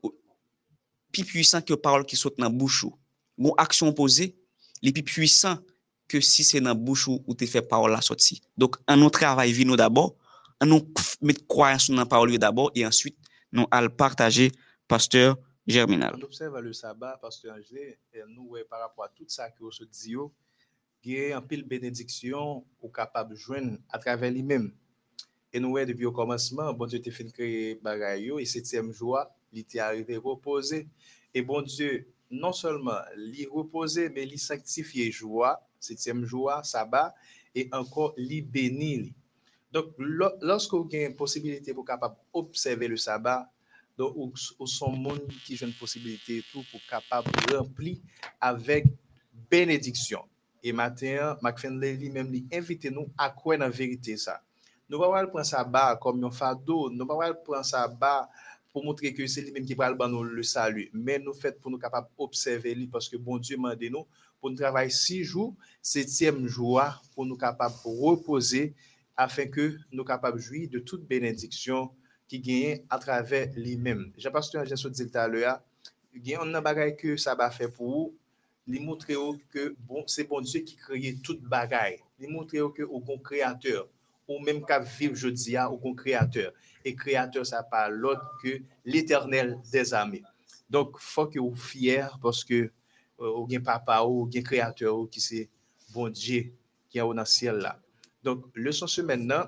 plus puissant que parole qui saute dans la bouche. Une action posée, les plus puissant que si c'est dans la bouche ou tu fais parole la sortie. Donc, en nous travail vie nous d'abord, en nous mettre croyance dans la parole d'abord et ensuite nous allons partager pasteur Germinal. On observe le sabbat, pasteur Angélé, et nous par rapport à tout ça que vous se dit, il y a un pile bénédiction ou capable de joindre à travers lui-même. Et nous, depuis le commencement, bon Dieu t'a fait créer bagaille et septième jour, il était arrivé reposer. Et bon Dieu, non seulement l'y reposer, mais l'y sanctifier joie, septième jour, sabbat, et encore l'y bénir. Donc, lorsque vous avez une possibilité pour capable observer le sabbat, donc, ou, ou son monde qui a une possibilité tout pour capable remplir avec bénédiction. Et maintenant, McFinley lui-même lui invite nous à croire dans la vérité ça. Nous ne pouvons pas prendre ça bas comme un fardeau, nous ne pouvons pas prendre ça bas pour montrer que c'est lui-même qui parle dans nous le salut, mais nous fait pour nous capables d'observer lui parce que bon Dieu m'a demandé nous pour nous travailler six jours, septième jour pour nous capables de reposer afin que nous capables de jouir de toute bénédiction qui gagne à travers lui-même. Jean-Pasteur Jean dit tout à l'heure, il y a un bagage que ça va faire pour vous, lui montrer que bon, c'est bon Dieu qui crée toute bagaille. Lui montrer que au bon créateur, ou même qu'à vivre je dis au bon créateur. Et créateur ça pas l'autre que l'Éternel des armées. Donc faut que vous fiers parce que ou bien papa ou bien créateur qui c'est bon Dieu qui est au dans ciel là. Donc leçon ce maintenant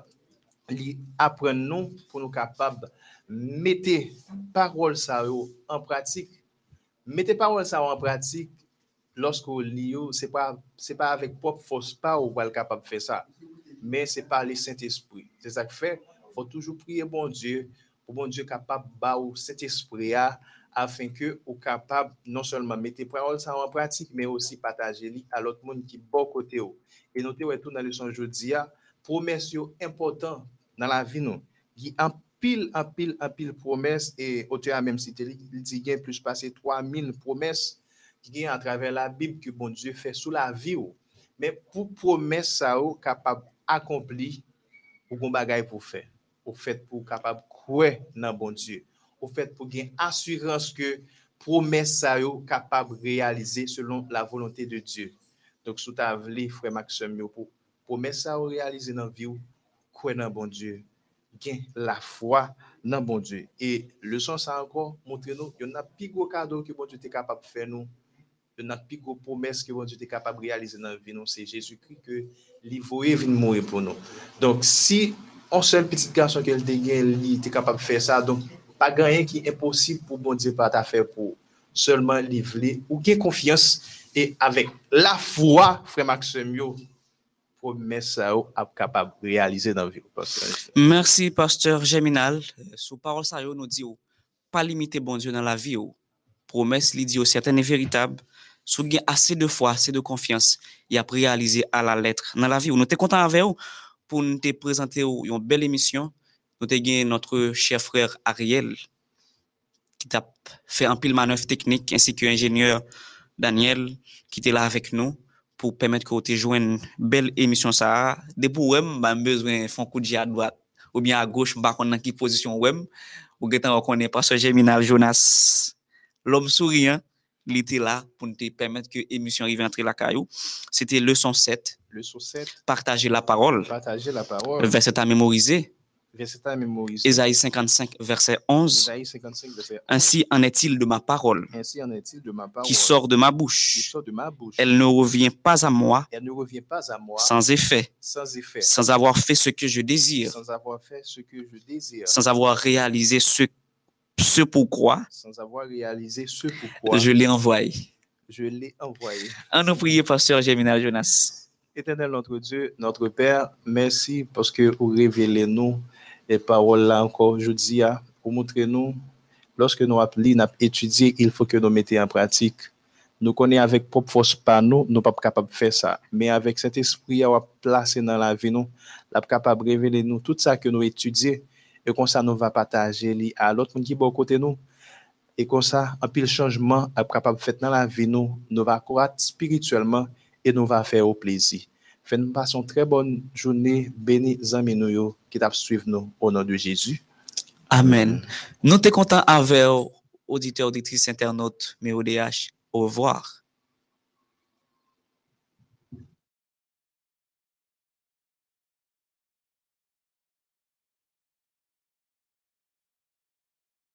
li apprendre nous pour nous capables mettre parole ça en pratique. Mettez parole ça en pratique lorsque vous lit, c'est pas c'est pas avec propre force pas ou pas capable de faire ça, mais c'est par le Saint-Esprit. C'est ça que fait, faut toujours prier bon Dieu pour bon Dieu capable ba ou Saint-Esprit afin que ou capable non seulement mettre parole ça en pratique mais aussi partager li à l'autre monde qui bon côté ou. Et notez ouais tout dans leçon aujourd'hui promesse important dans la vie nous. Qui en pile en pile en pile promesse et auteur même cité il dit gain plus passer trois mille promesses qui gagne à travers la Bible que bon Dieu fait sous la vie ou. Mais pour promesse ça ou capable accompli ou bon bagaille pour faire au fait pour capable croire dans bon Dieu au fait pour gagner assurance que promesse ça ou capable réaliser selon la volonté de Dieu. Donc sous ta vle frère Maxime pour promesse ça ou réaliser dans vie ou croire dans bon Dieu gain la foi dans bon Dieu et leçon ça encore montrer nous il y a plus gros cadeau que bon Dieu est capable de faire nous. Notre plus grosse promesse que bon Dieu est capable de réaliser dans la vie, c'est Jésus-Christ que il voulait venir mourir pour nous. Donc, si un seul petit garçon qui est capable de faire ça, donc pas rien qui est impossible pour bon Dieu pas ta faire pour seulement livrer ou gain confiance et avec la foi, frère Maxime, promesse ça est capable de réaliser dans la vie. Merci, pasteur Geminal. Sous parole ça nous dit pas limiter bon Dieu dans la vie. Promesse li dit certaine et véritable. Sous gain assez de foi, assez de confiance, il a réalisé à la lettre dans la vie. Nous sommes contents avec vous pour nous te présenter une belle émission. Nous avons notre cher frère Ariel qui t'a fait un pile manœuvre technique ainsi que l'ingénieur Daniel qui était là avec nous pour permettre que vous te joigne une belle émission ça. Des pour web, bah besoin font coup de à droite ou bien à gauche, bah dans quelle position web. Ou getan reconnaît pasteur Geminal Jonas, l'homme souriant. Il était là pour nous permettre que l'émission arrive à entrer la caillou. C'était leçon sept. Leçon sept. Partager la parole. Partager la parole. Verset à mémoriser. Verset à mémoriser. Ésaïe cinquante-cinq, verset onze. Ésaïe cinquante-cinq, verset onze. Ainsi en est-il de ma parole. Ainsi en est-il de ma parole. Qui sort de ma bouche. Qui sort de ma bouche. Elle ne revient pas à moi. Elle ne revient pas à moi. Sans effet. Sans effet. Sans avoir fait ce que je désire. Sans avoir fait ce que je désire. Sans avoir réalisé ce, ce pourquoi. Sans avoir réalisé ce pourquoi. Je l'ai envoyé. Je l'ai envoyé. En nous prier, pasteur Geminal Jonas. Éternel notre Dieu, notre Père, merci parce que vous révélez nous les paroles là encore aujourd'hui, pour montrer nous, lorsque nous appelons, nous étudié, il faut que nous mettions en pratique. Nous connaissons avec propre force par nous, nous ne sommes pas capables de faire ça. Mais avec cet esprit à placer dans la vie, nous sommes capables de révéler nous tout ça que nous étudions et comme ça nous va partager à l'autre monde qui est bon côté nous. Et comme ça, un pile changement est capable de faire dans la vie, nous, nous va croître spirituellement et nous va faire au plaisir. Faites-nous passer une très bonne journée, bénis amis nous qui t'a suivre nous au nom de Jésus. Amen. Nous sommes contents avec auditeurs, auditrices, internautes, M E O D H. Au revoir.